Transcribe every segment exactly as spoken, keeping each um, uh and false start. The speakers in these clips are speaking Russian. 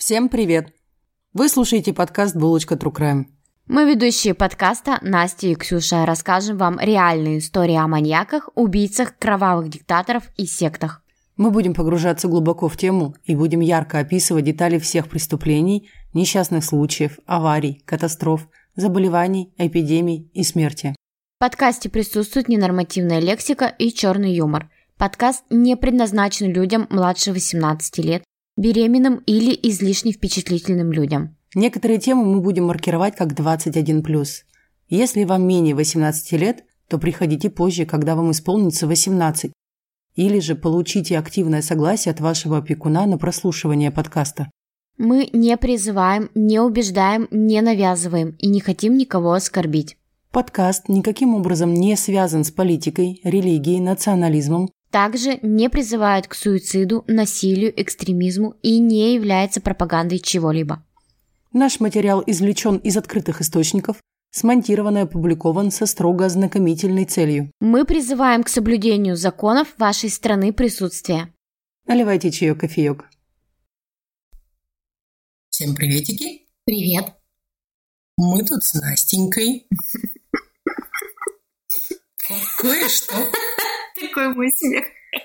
Всем привет! Вы слушаете подкаст «Булочка True Crime». Мы ведущие подкаста Настя и Ксюша. Расскажем вам реальные истории о маньяках, убийцах, кровавых диктаторов и сектах. Мы будем погружаться глубоко в тему и будем ярко описывать детали всех преступлений, несчастных случаев, аварий, катастроф, заболеваний, эпидемий и смерти. В подкасте присутствует ненормативная лексика и черный юмор. Подкаст не предназначен людям младше восемнадцати лет, беременным или излишне впечатлительным людям. Некоторые темы мы будем маркировать как двадцать один плюс. Если вам менее восемнадцати лет, то приходите позже, когда вам исполнится восемнадцать. Или же получите активное согласие от вашего опекуна на прослушивание подкаста. Мы не призываем, не убеждаем, не навязываем и не хотим никого оскорбить. Подкаст никаким образом не связан с политикой, религией, национализмом. Также не призывает к суициду, насилию, экстремизму и не является пропагандой чего-либо. Наш материал извлечен из открытых источников, смонтирован и опубликован со строго ознакомительной целью. Мы призываем к соблюдению законов вашей страны присутствия. Наливайте чаек, кофеек. Всем приветики. Привет. Мы тут с Настенькой. Кое-что Такой мой смех.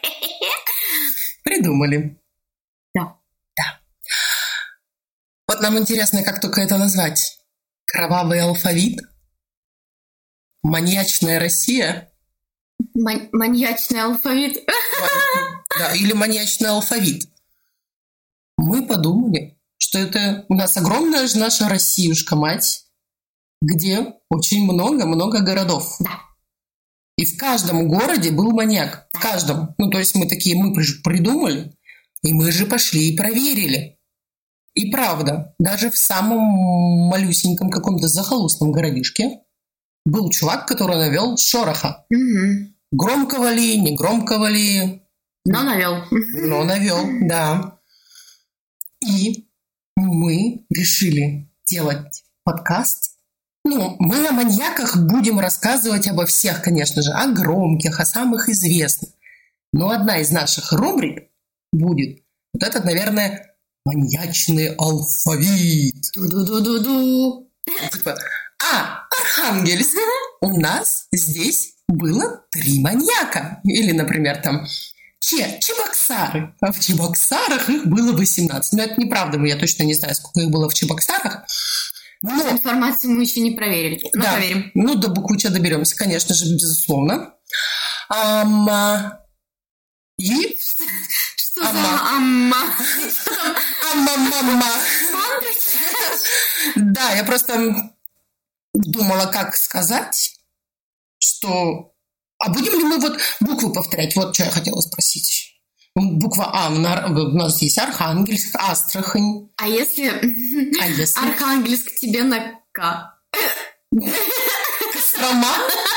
придумали. Да. Да. Вот нам интересно, как только это назвать. Кровавый алфавит? Маньячная Россия? Ман- маньячный алфавит. Да, или маньячный алфавит. Мы подумали, что это у нас огромная же наша Россиюшка-мать, где очень много-много городов. Да. И в каждом городе был маньяк. В каждом. Ну, то есть мы такие, мы придумали, и мы же пошли и проверили. И правда, даже в самом малюсеньком каком-то захолустном городишке был чувак, который навел шороха. Угу. Громкого ли, не громкого ли. Но навел. Но навел, да. И мы решили делать подкаст. Ну, мы о маньяках будем рассказывать обо всех, конечно же, о громких, о самых известных. Но одна из наших рубрик будет вот этот, наверное, маньячный алфавит. Ду-ду-ду-ду-ду. Типа, а, Архангельск, у нас здесь было три маньяка. Или, например, там, Че, Чебоксары. А в Чебоксарах их было восемнадцать. Но это неправда, я точно не знаю, сколько их было в Чебоксарах. Но информацию мы еще не проверили. Но да, проверим. Ну, до буквы доберемся, конечно же, безусловно. Ама... И? Что за амма? Амма-мама. Да, я просто думала, как сказать, что... А будем ли мы вот буквы повторять? Вот что я хотела спросить. Буква А, у нас есть Архангельск, Астрахань. А если, а если... Архангельск тебе на К? Кострома?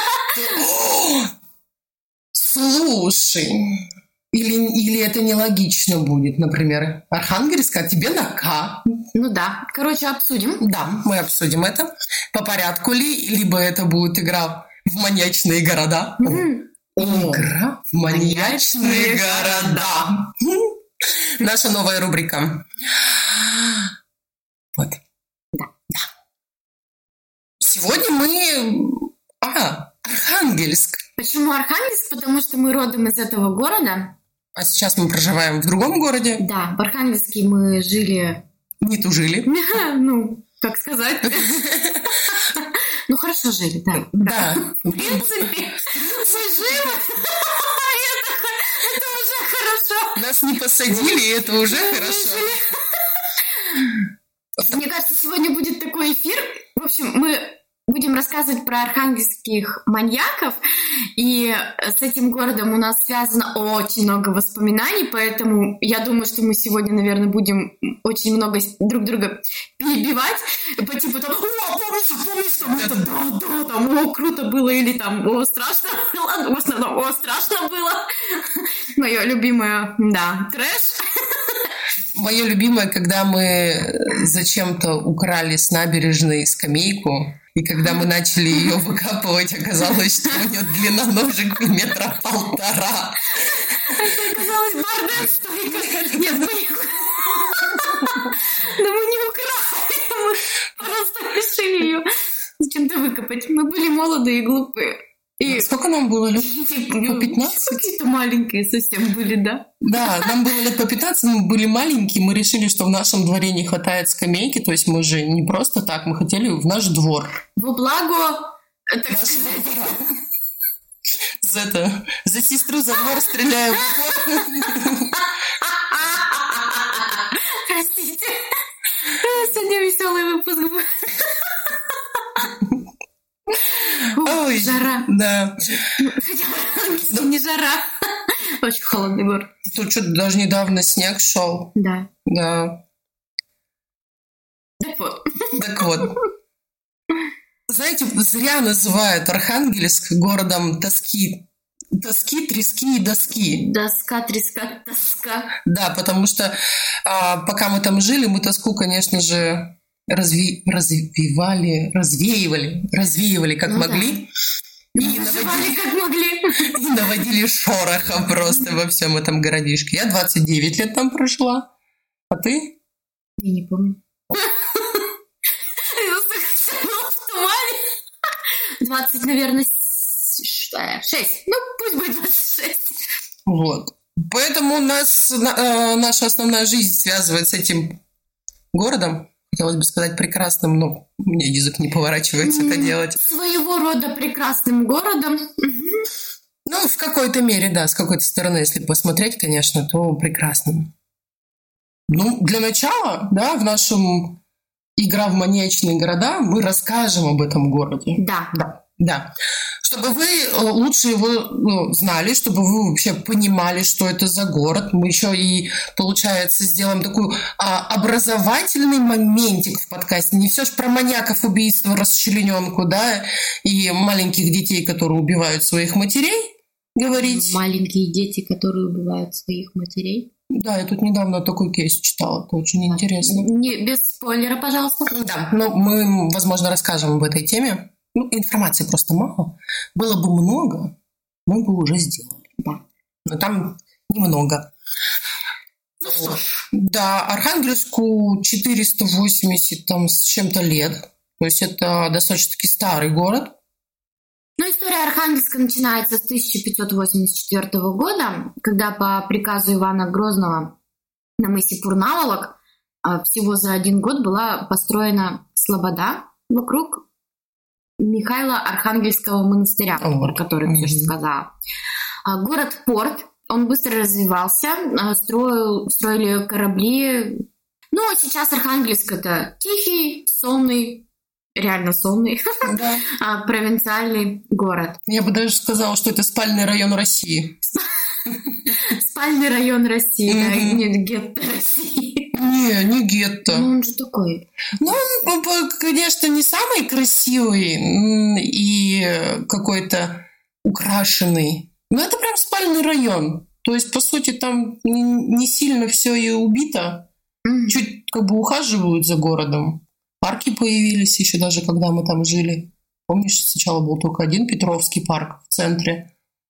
Слушай, или, или это нелогично будет, например, Архангельск, а тебе на К. Ну да, короче, обсудим. Да, мы обсудим это. По порядку ли, либо это будет игра в маньячные города. Mm-hmm. Игра в маньячные города. Наша новая рубрика. Вот. Да. Да. Сегодня мы... А, Архангельск. Почему Архангельск? Потому что мы родом из этого города. А сейчас мы проживаем в другом городе. Да, в Архангельске мы жили... Не тужили. Ну, как сказать... Ну, хорошо жили, да. Да. В принципе, мы живы. Это уже хорошо. Нас не посадили, и это уже хорошо. Мне кажется, сегодня будет такой эфир. В общем, мы будем рассказывать про архангельских маньяков. И с этим городом у нас связано очень много воспоминаний. Поэтому я думаю, что мы сегодня, наверное, будем очень много друг друга перебивать. По типу там, о, помнишь, помнишь, там это, да, да, там, о, круто было, или там, о, страшно было. Ладно, в основном, о, страшно было. Мое любимое, да, трэш. Мое любимое, когда мы зачем-то украли с набережной скамейку, и когда мы начали ее выкапывать, оказалось, что у нее длина ножек метра полтора. Это оказалось бардак стойка. Нет, мы... Но мы не украли, мы просто решили ее зачем-то выкопать. Мы были молодые и глупые. И... Сколько нам было лет? По пятнадцать? Какие-то маленькие совсем были, да? Да, нам было лет по пятнадцать, мы были маленькие, мы решили, что в нашем дворе не хватает скамейки, то есть мы же не просто так, мы хотели в наш двор. Во благо, так сказать. За это, за сестру за двор стреляю. Простите. Сегодня веселый выпуск был. Ой, жара. Да. Хотя не жара. Очень холодный город. Тут что-то даже недавно снег шел. Да. Да. Так вот. Так вот. Знаете, зря называют Архангельск городом тоски. Тоски, трески и доски. Доска, треска, тоска. Да, потому что а, пока мы там жили, мы тоску, конечно же, разви... развивали, развеивали, развеивали как ну, Да. могли. И наводили, как могли. И наводили шороха просто во всем этом городишке. Я двадцать девять лет там прожила. А ты? Я не помню. двадцать, наверное, шесть. Ну, пусть будет двадцать шесть. Вот. Поэтому у нас э, наша основная жизнь связывает с этим городом. Хотелось бы сказать прекрасным, но у меня язык не поворачивается mm-hmm. это делать. Своего рода прекрасным городом. Ну, в какой-то мере, да, с какой-то стороны, если посмотреть, конечно, то прекрасным. Ну, для начала, да, в нашем «Игра в маньячные города» мы расскажем об этом городе. Да. Да, да. Чтобы вы лучше его ну, знали, чтобы вы вообще понимали, что это за город. Мы еще и, получается, сделаем такой а, образовательный моментик в подкасте. Не все ж про маньяков, убийства, расчлененку, да, и маленьких детей, которые убивают своих матерей говорить. Маленькие дети, которые убивают своих матерей. Да, я тут недавно такой кейс читала, это очень да. интересно. Не, без спойлера, пожалуйста. Да, ну мы, возможно, расскажем об этой теме. Ну, информации просто мало. Было бы много, мы бы уже сделали. Да. Но там немного. Ну что ж. Да, Архангельску четыреста восемьдесят там с чем-то лет. То есть это достаточно-таки старый город. Ну, история Архангельска начинается с тысяча пятьсот восемьдесят четвёртого года, когда по приказу Ивана Грозного на мысе Пурнаволок всего за один год была построена слобода вокруг Михаила Архангельского монастыря, oh. про который я уже сказала. Город-порт, он быстро развивался, строил, строили корабли. Ну, а сейчас Архангельск — это тихий, сонный, реально сонный, да. провинциальный город. Я бы даже сказала, что это спальный район России. Спальный район России, да, не гетто России. Не, не гетто. Ну, он же такой. Ну, он, конечно, не самый красивый и какой-то украшенный, но это прям спальный район. То есть, по сути, там не сильно все и убито. Mm-hmm. Чуть как бы ухаживают за городом. Парки появились еще даже, когда мы там жили. Помнишь, сначала был только один Петровский парк в центре,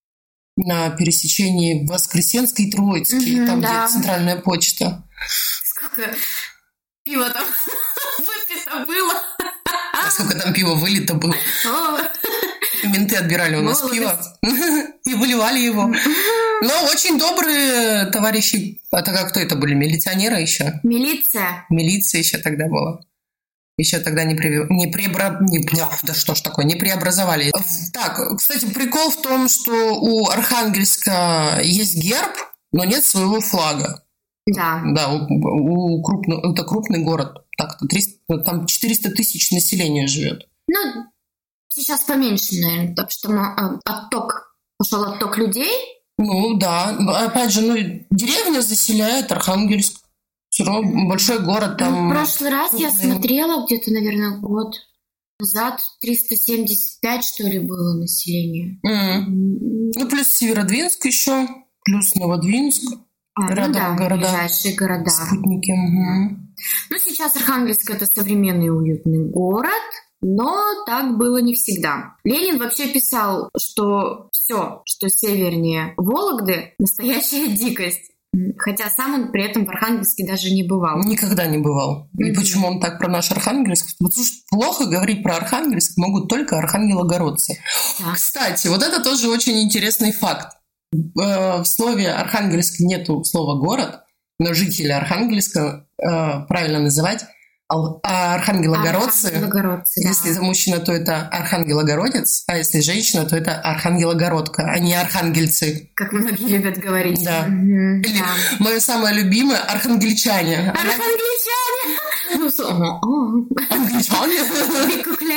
на пересечении Воскресенской и Троицкой, mm-hmm, там, да. где центральная почта. Сколько пива там выпито было. А сколько там пива вылито было. Oh. Менты отбирали у нас Молодость. Пиво и выливали его. Но очень добрые товарищи. А тогда кто это были? Милиционеры еще? Милиция. Милиция еще тогда была. Еще тогда не, при... не, преобра... не... Да что ж такое, не преобразовали. Так, кстати, прикол в том, что у Архангельска есть герб, но нет своего флага. Да. Да, у, у крупно... это крупный город. Так, триста... там четыреста тысяч населения живет. Ну, сейчас поменьше, наверное, так что отток, пошел отток людей. Ну, да. Опять же, ну, деревня заселяет Архангельск. Все равно большой город там. В прошлый раз я смотрела, где-то, наверное, год назад, триста семьдесят пять, что ли, было население. Mm. Ну, плюс Северодвинск еще, плюс Новодвинск. А, рядом ну да, города. Ближайшие города. Спутники. Угу. Ну, сейчас Архангельск — это современный и уютный город, но так было не всегда. Ленин вообще писал, что все, что севернее Вологды, настоящая дикость. Хотя сам он при этом в Архангельске даже не бывал. Никогда не бывал. И Мгм. почему он так про наш Архангельск? Вот, слушай, плохо говорить про Архангельск могут только архангелогородцы. Да. Кстати, вот это тоже очень интересный факт. Э, В слове Архангельск нету слова «город», но жители Архангельска э, правильно называть ал- архангелогородцы. Архангелогородцы, да. Если это мужчина, то это архангелогородец, а если женщина, то это архангелогородка, а не архангельцы. Как многие любят говорить. Да. Мгм, Или да. мое самое любимое – архангельчане. Она- Архангельчане! Ну, с- о, о. Англичане? Бикукле.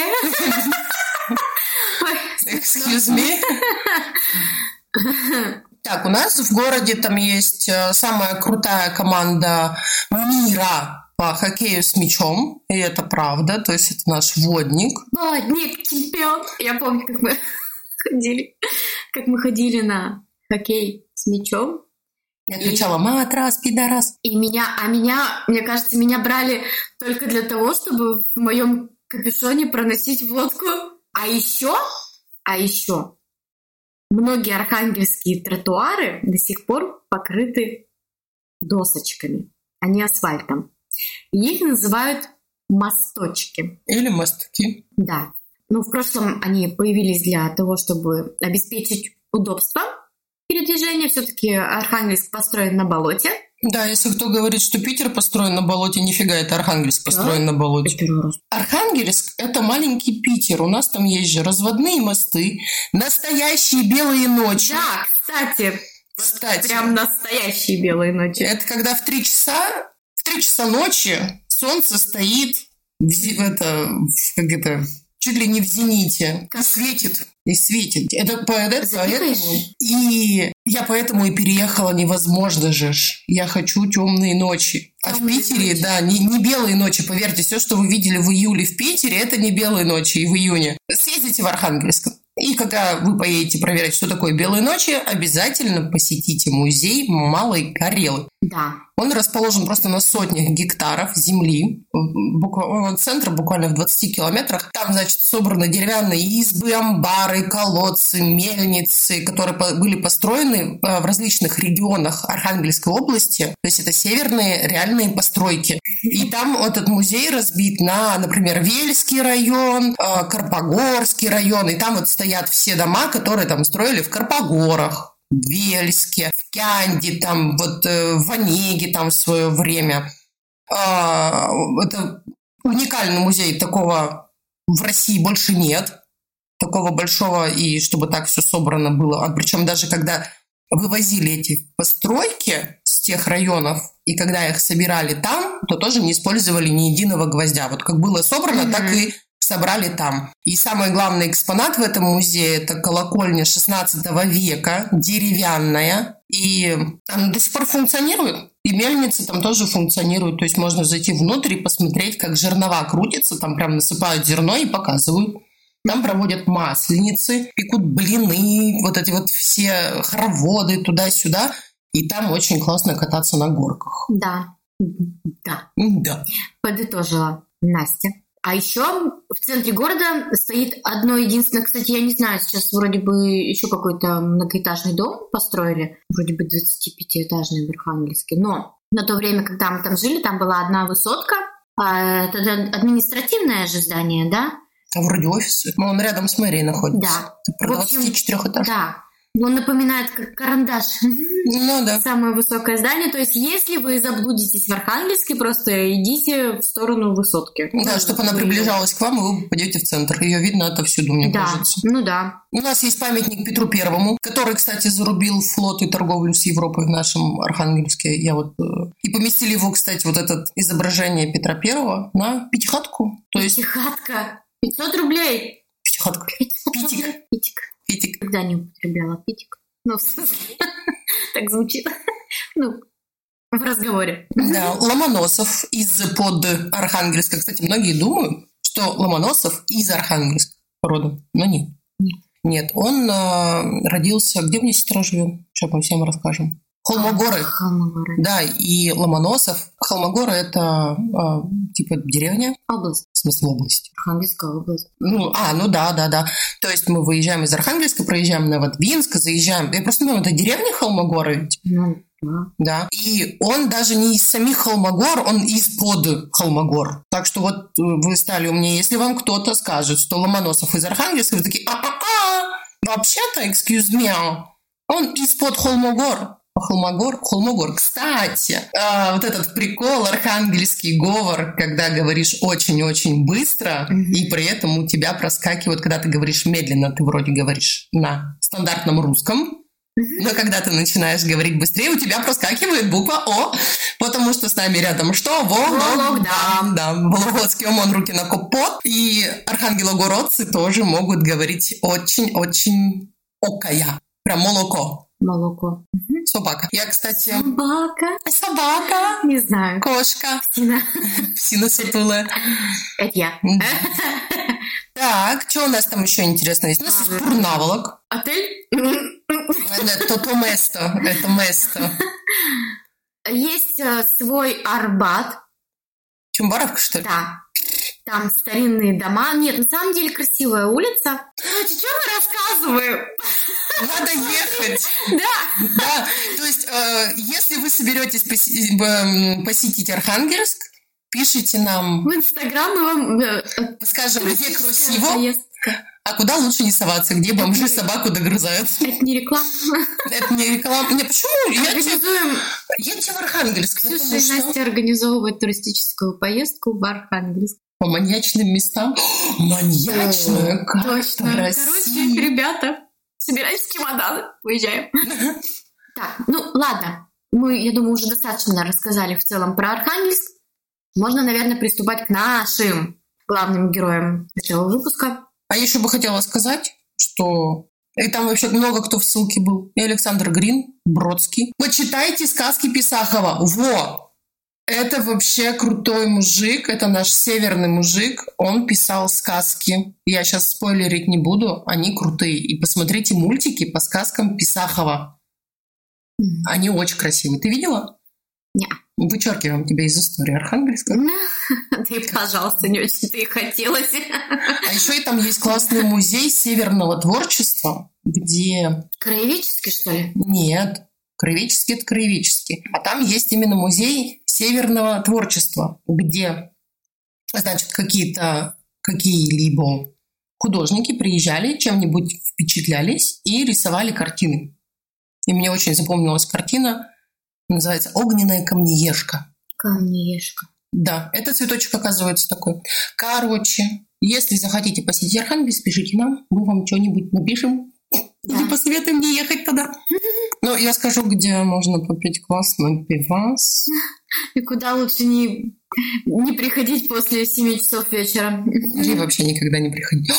Ой, Excuse me? Так, у нас в городе там есть э, самая крутая команда мира по хоккею с мячом, и это правда, то есть это наш водник. Водник, чемпион. Я помню, как мы ходили, как мы ходили на хоккей с мячом. Я кричала «Матрас, пидорас». И меня, а меня, мне кажется, меня брали только для того, чтобы в моем капюшоне проносить водку. А еще, а еще многие архангельские тротуары до сих пор покрыты досочками, а не асфальтом. И их называют мосточки. Или мостки. Да. Ну, в прошлом они появились для того, чтобы обеспечить удобство передвижения. Все-таки Архангельск построен на болоте. Да, если кто говорит, что Питер построен на болоте, нифига, это Архангельск построен на болоте. Архангельск – это маленький Питер. У нас там есть же разводные мосты, настоящие белые ночи. Да, кстати, Кстати, прям настоящие белые ночи. это когда в три часа, в три часа ночи солнце стоит в, зи- это, в- как это, чуть ли не в зените, и светит, и светит. Это по- это поэтому, Запикаешь? и я поэтому и переехала, невозможно же. ж. Я хочу темные ночи. А в Тёмные Питере, ночи. да, не, не белые ночи, поверьте, все, что вы видели в июле в Питере, это не белые ночи и в июне. Съездите в Архангельск. И когда вы поедете проверять, что такое белые ночи, обязательно посетите музей Малой Карелы. Да. Он расположен просто на сотнях гектаров земли. Буква- Центр буквально в двадцати километрах. Там, значит, собраны деревянные избы, амбары, колодцы, мельницы, которые по- были построены э, в различных регионах Архангельской области. То есть это северные реальные постройки. И там этот музей разбит на, например, Вельский район, э, Карпогорский район. И там вот стоят все дома, которые там строили в Карпогорах, в Вельске, в Кянде, там вот э, в Онеге там в свое время. А, это уникальный музей, такого в России больше нет. Такого большого, и чтобы так все собрано было. А причем даже когда вывозили эти постройки с тех районов, и когда их собирали там, то тоже не использовали ни единого гвоздя. Вот как было собрано, Мгм. так и собрали там. И самый главный экспонат в этом музее – это колокольня шестнадцатого века, деревянная. И она до сих пор функционирует. И мельницы там тоже функционируют. То есть можно зайти внутрь и посмотреть, как жернова крутятся. Там прям насыпают зерно и показывают. Там проводят масленицы, пекут блины, вот эти вот все хороводы туда-сюда. И там очень классно кататься на горках. Да. Да. Да. Подытожила Настя. А еще в центре города стоит одно единственное, кстати, я не знаю, сейчас вроде бы еще какой-то многоэтажный дом построили, вроде бы двадцатипятиэтажный в Архангельске, но на то время, когда мы там жили, там была одна высотка, а это административное же здание, да? Там вроде офисы. Но он рядом с мэрией находится. Да. Это про В общем, двадцатичетырёхэтажный. Да. Он напоминает как карандаш. Ну да. Самое высокое здание. То есть, если вы заблудитесь в Архангельске, просто идите в сторону высотки. Да, Ну, чтобы она вы- приближалась к вам, и вы попадете в центр. Ее видно отовсюду, мне Да, кажется. ну да. У нас есть памятник Петру Первому, который, кстати, зарубил флот и торговлю с Европой в нашем Архангельске. Я вот э, и поместили его, кстати, вот это изображение Петра Первого на пятихатку. То есть Пятихатка. пятьсот рублей. пятихатка. пятьсот Питик. рублей. Питик. Петик. Когда не употребляла питик. Ну, в смысле, так звучит. Ну, в разговоре. Да, Ломоносов из-под Архангельска. Кстати, многие думают, что Ломоносов из Архангельска родом, но нет. Нет. Нет, он э, родился... Где у меня сестра живет? Сейчас мы всем расскажем. Холмогоры. Холмогоры. Да, и Ломоносов. Холмогоры – это э, типа деревня, Область. в смысле область. Архангельская область. Ну, а, ну да, да, да. То есть мы выезжаем из Архангельска, проезжаем на Новодвинск, заезжаем... Я просто думаю, это деревня Холмогоры ведь? Ну, Да. Да. И он даже не из самих Холмогор, он из-под Холмогор. Так что вот вы стали умнее. Если вам кто-то скажет, что Ломоносов из Архангельска, вы такие, а-а-а, вообще-то, excuse me, он из-под Холмогор. Холмогор, Холмогор. Кстати, а, вот этот прикол, архангельский говор, когда говоришь очень-очень быстро, mm-hmm. и при этом у тебя проскакивает, когда ты говоришь медленно, ты вроде говоришь на стандартном русском, но когда ты начинаешь говорить быстрее, у тебя проскакивает буква О, потому что с нами рядом что? Вологда. Да, да. Вологодский ОМОН руки на капот. И архангелогородцы тоже могут говорить очень-очень окая. Прям молоко. Молоко. Собака. Я, кстати... Собака. Собака. Не знаю. Кошка. Псина. Псина сутулая. Это я. Так, что у нас там еще интересно есть? У нас есть Пурнаволок. Отель? Это то место. Это место. Есть свой Арбат. Чумбаровка, что ли? Да. Там старинные дома. Нет, на самом деле красивая улица. Короче, что мы рассказываем? Надо ехать. Да. Да. То есть, э, если вы соберетесь поси- посетить Архангельск, пишите нам в Инстаграм, мы вам э, скажем, где красиво, поездка. А куда лучше не соваться, где бомжи это собаку догрызают. Это не реклама. Это не реклама. Не, почему? Организуем... Я тебе в Архангельск. Ксюша и Настя организовывают туристическую поездку в Архангельск. По маньячным местам. Маньячную, как точно. Короче, ребята, собирайте чемоданы, уезжаем. Так, ну ладно. Мы, я думаю, уже достаточно рассказали в целом про Архангельск. Можно, наверное, приступать к нашим главным героям этого выпуска. А я еще бы хотела сказать, что... И там вообще много кто в ссылке был. И Александр Грин, Бродский. Почитайте сказки Писахова. Во! Это вообще крутой мужик. Это наш северный мужик. Он писал сказки. Я сейчас спойлерить не буду. Они крутые. И посмотрите мультики по сказкам Писахова. Mm. Они очень красивые. Ты видела? Нет. Вычеркиваем тебя из истории Архангельска. Да и, пожалуйста, не очень-то и хотелось. А еще и там есть классный музей северного творчества, где... Краеведческий, что ли? Нет, краеведческий — это краеведческий. А там есть именно музей северного творчества, где, значит, какие-то, какие-либо художники приезжали, чем-нибудь впечатлялись и рисовали картины. И мне очень запомнилась картина, называется «Огненная камнеежка». Камнеежка. Да, это цветочек, оказывается, такой. Короче, если захотите посетить Архангельск, пишите нам, мы вам что-нибудь напишем. Да. Или посоветуем не ехать туда. Но я скажу, где можно попить классный пивас. И куда лучше не, не приходить после семи часов вечера. Или вообще никогда не приходить.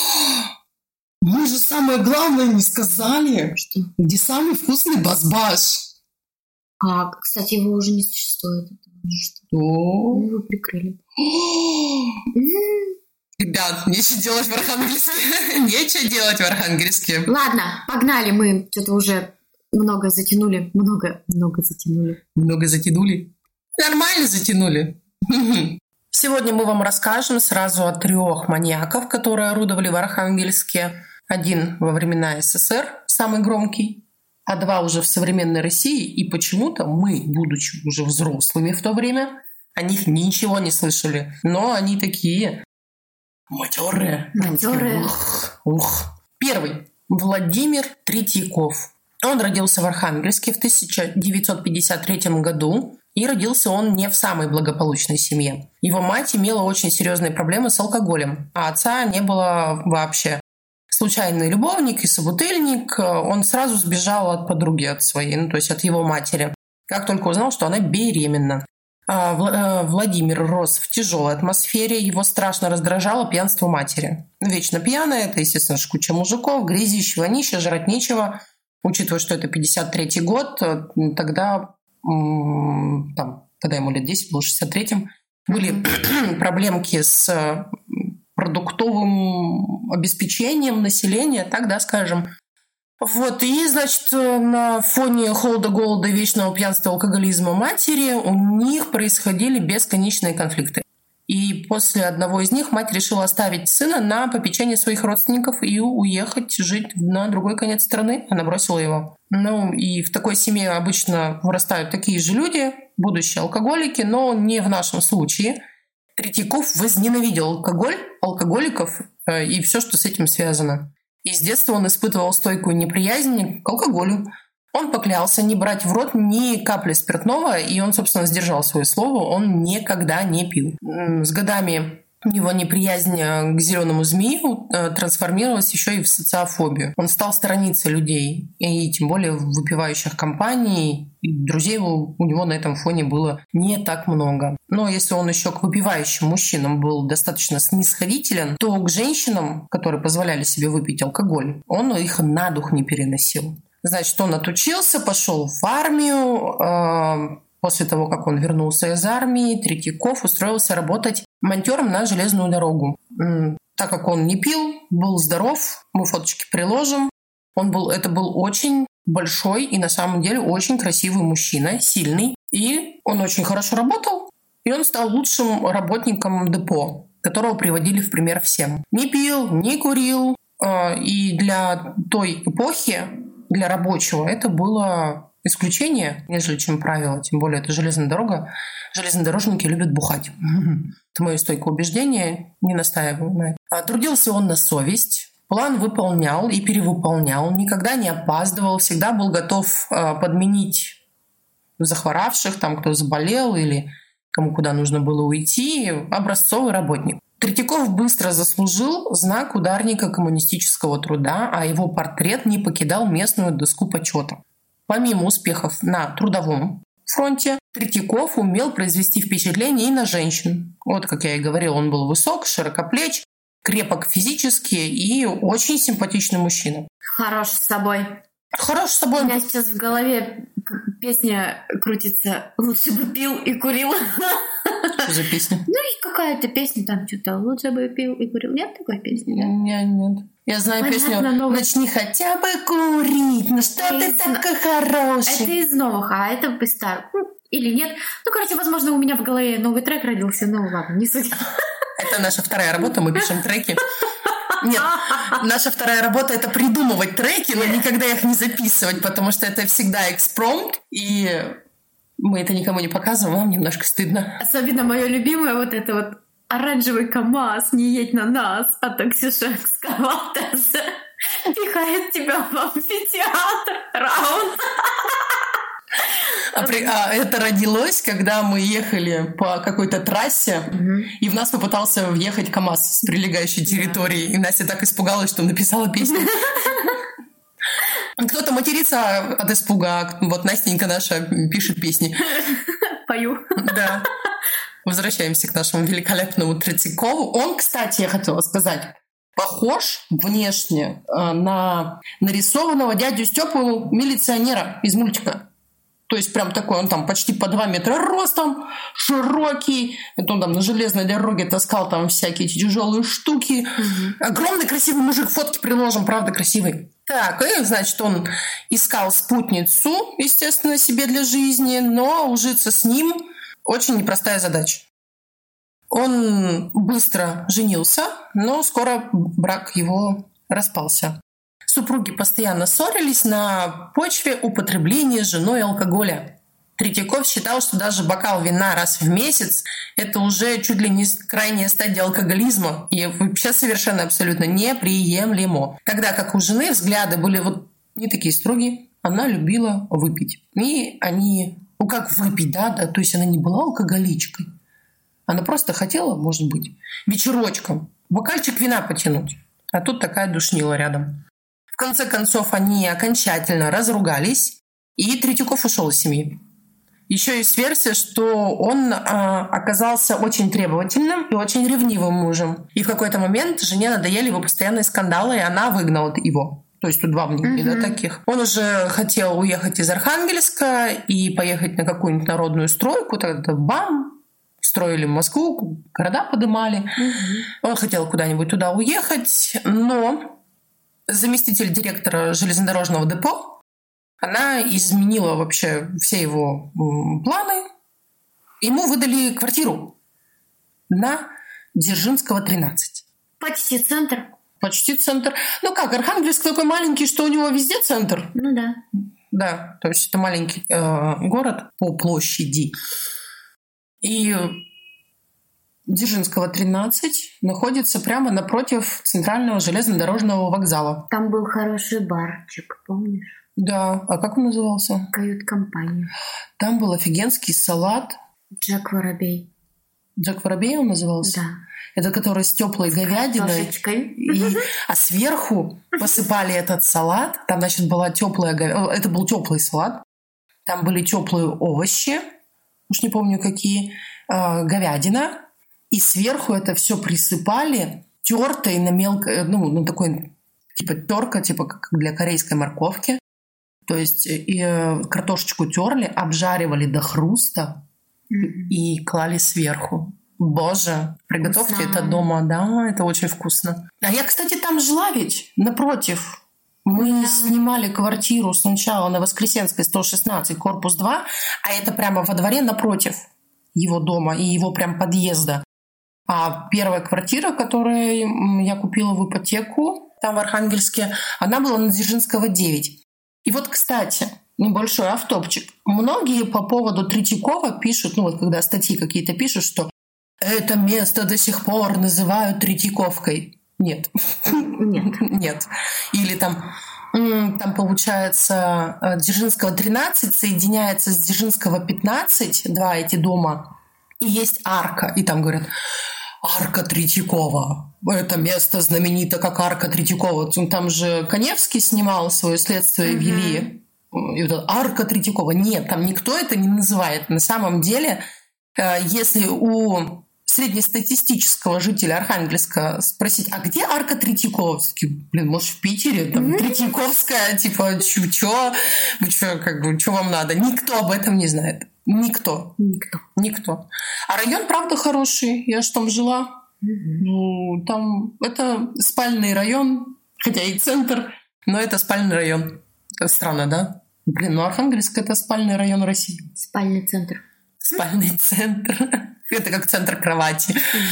Мы же самое главное не сказали. Что? Где самый вкусный базбаш. А, кстати, его уже не существует. Что? Мы его прикрыли. Ребят, нечего делать в Архангельске. Нечего делать в Архангельске. Ладно, погнали. Мы что-то уже много затянули. Много, много затянули. Много затянули? Нормально затянули. Сегодня мы вам расскажем сразу о трех маньяков, которые орудовали в Архангельске. Один во времена СССР, самый громкий, а два уже в современной России. И почему-то мы, будучи уже взрослыми в то время, о них ничего не слышали. Но они такие матерые. Матерые. Ух, ух. Первый. Владимир Третьяков. Он родился в Архангельске в тысяча девятьсот пятьдесят третьем году. И родился он не в самой благополучной семье. Его мать имела очень серьезные проблемы с алкоголем, а отца не было вообще. Случайный любовник и собутыльник, он сразу сбежал от подруги от своей, ну то есть от его матери, как только узнал, что она беременна. Владимир рос в тяжелой атмосфере, его страшно раздражало пьянство матери. Вечно пьяная, это, естественно, куча мужиков, грязище, вонища, жрать нечего. Учитывая, что это пятьдесят третий год, тогда, там, когда ему лет десять было, в шестьдесят третьем, были проблемки с продуктовым обеспечением населения, так, да, скажем. Вот, и, значит, на фоне холода, голода и вечного пьянства, алкоголизма матери у них происходили бесконечные конфликты. И после одного из них мать решила оставить сына на попечение своих родственников и уехать жить на другой конец страны. Она бросила его. Ну, и в такой семье обычно вырастают такие же люди, будущие алкоголики, но не в нашем случае. Третьяков возненавидел алкоголь, алкоголиков э, и все, что с этим связано. И с детства он испытывал стойкую неприязнь к алкоголю. Он поклялся не брать в рот ни капли спиртного, и он, собственно, сдержал свое слово, он никогда не пил. С годами его неприязнь к зеленому змею трансформировалась еще и в социофобию. Он стал сторониться людей, и тем более выпивающих компаний. И друзей у него на этом фоне было не так много. Но если он еще к выпивающим мужчинам был достаточно снисходителен, то к женщинам, которые позволяли себе выпить алкоголь, он их на дух не переносил. Значит, он отучился, пошел в армию. После того, как он вернулся из армии, Третьяков устроился работать монтёром на железную дорогу. Так как он не пил, был здоров, мы фоточки приложим. Он был, это был очень большой и на самом деле очень красивый мужчина, сильный. И он очень хорошо работал, и он стал лучшим работником депо, которого приводили в пример всем. Не пил, не курил. И для той эпохи, для рабочего, это было исключение, нежели чем правило. Тем более это железная дорога. Железнодорожники любят бухать. Это мое стойкое убеждение, не настаиваю на это. Трудился он на совесть. План выполнял и перевыполнял. Никогда не опаздывал. Всегда был готов подменить захворавших, там, кто заболел или кому куда нужно было уйти. Образцовый работник. Третьяков быстро заслужил знак ударника коммунистического труда, а его портрет не покидал местную доску почета. Помимо успехов на трудовом фронте, Третьяков умел произвести впечатление и на женщин. Вот, как я и говорила, он был высок, широкоплеч, крепок физически и очень симпатичный мужчина. Хорош с собой. Хорош с собой. У меня сейчас в голове песня крутится «Лучше бы пил и курил». Что за песня? Ну и какая-то песня там что-то «Лучше бы пил и курил». Нет такой песни, да? Нет, нет. Я знаю Понятно, песню новых. «Начни хотя бы курить, ну что Это ты из- такой хороший». Это из новых, а это бы старых. Ну, или нет. Ну, короче, возможно, у меня в голове новый трек родился, но ладно, не суть. Это наша вторая работа, мы пишем треки. Нет, наша вторая работа — это придумывать треки, но никогда их не записывать, потому что это всегда экспромт, и мы это никому не показываем, нам немножко стыдно. Особенно мое любимое вот это вот «Оранжевый КамАЗ, не едь на нас, а таксиша экскаватор пихает тебя в амфитеатр, раунд». А, при, а это родилось, когда мы ехали по какой-то трассе, Мгм. и в нас попытался въехать КамАЗ с прилегающей территории, и Настя так испугалась, что написала песню. Кто-то матерится от испуга, а вот Настенька наша пишет песни. Пою. Да. Возвращаемся к нашему великолепному Третьякову. Он, кстати, я хотела сказать, похож внешне э, на нарисованного дядю Степу милиционера из мультика. То есть прям такой, он там почти по два метра ростом, широкий. Это он там на железной дороге таскал там всякие эти тяжелые штуки. Мгм. Огромный красивый мужик, фотки приложим, правда красивый. Так, и, значит, он искал спутницу, естественно, себе для жизни, но ужиться с ним очень непростая задача. Он быстро женился, но скоро брак его распался. Супруги постоянно ссорились на почве употребления женой алкоголя. Третьяков считал, что даже бокал вина раз в месяц – это уже чуть ли не крайняя стадия алкоголизма и вообще совершенно абсолютно неприемлемо. Тогда как у жены взгляды были вот не такие строгие, она любила выпить. И они… Ну как выпить, да? да? То есть она не была алкоголичкой. Она просто хотела, может быть, вечерочком бокальчик вина потянуть. А тут такая душнила рядом. В конце концов, они окончательно разругались, и Третьяков ушел из семьи. Еще есть версия, что он а, оказался очень требовательным и очень ревнивым мужем. И в какой-то момент жене надоели его постоянные скандалы, и она выгнала его. То есть тут два мнения, Мгм. да, таких. Он уже хотел уехать из Архангельска и поехать на какую-нибудь народную стройку. Тогда бам! Строили Москву, города подымали. Мгм. Он хотел куда-нибудь туда уехать, но заместитель директора железнодорожного депо, она изменила вообще все его м, планы. Ему выдали квартиру на Дзержинского, тринадцать. Почти центр. Почти центр. Ну как, Архангельск такой маленький, что у него везде центр. Ну да. Да, то есть это маленький э, город по площади. И Дзержинского, тринадцать находится прямо напротив центрального железнодорожного вокзала. Там был хороший барчик, помнишь? Да, а как он назывался? Кают-компания. Там был офигенский салат. Джек Воробей. Джек Воробей он назывался? Да. Это который с теплой говядиной. И, а сверху посыпали этот салат. Там, значит, была теплая говядина. Это был теплый салат. Там были теплые овощи. Уж не помню какие. Э, говядина. И сверху это все присыпали тертой на мелко, ну, на такой типа терка, типа как для корейской морковки. То есть и, э, картошечку терли, обжаривали до хруста mm-hmm. и клали сверху. Боже, приготовьте вкусно. Это дома, да, это очень вкусно. А я, кстати, там жила ведь, напротив. Мы yeah. снимали квартиру сначала на Воскресенской, сто шестнадцать, корпус два, а это прямо во дворе напротив его дома и его прям подъезда. А первая квартира, которую я купила в ипотеку, там в Архангельске, она была на Дзержинского, девять. И вот, кстати, небольшой автопчик. Многие по поводу Третьякова пишут, ну вот когда статьи какие-то пишут, что это место до сих пор называют Третьяковкой. Нет. Нет. Нет. Или там, там получается, Дзержинского тринадцать соединяется с Дзержинского пятнадцать, два эти дома, и есть арка. И там говорят, арка Третьякова. Это место знаменито как арка Третьякова. Там же Каневский снимал свое следствие в Вели. И вот арка Третьякова. Нет, там никто это не называет. На самом деле, если у среднестатистического жителя Архангельска спросить, а где арка Третьякова? Блин, может, в Питере? Там Третьяковская, типа, чё, чё? Вы чё, как бы, чё вам надо? Никто об этом не знает. Никто. Никто. Никто. А район, правда, хороший. Я же там жила. Mm-hmm. Ну, там это спальный район, хотя и центр, но это спальный район. Это странно, да? Блин, ну Архангельск — это спальный район России. Спальный центр. Спальный центр. Это как центр кровати.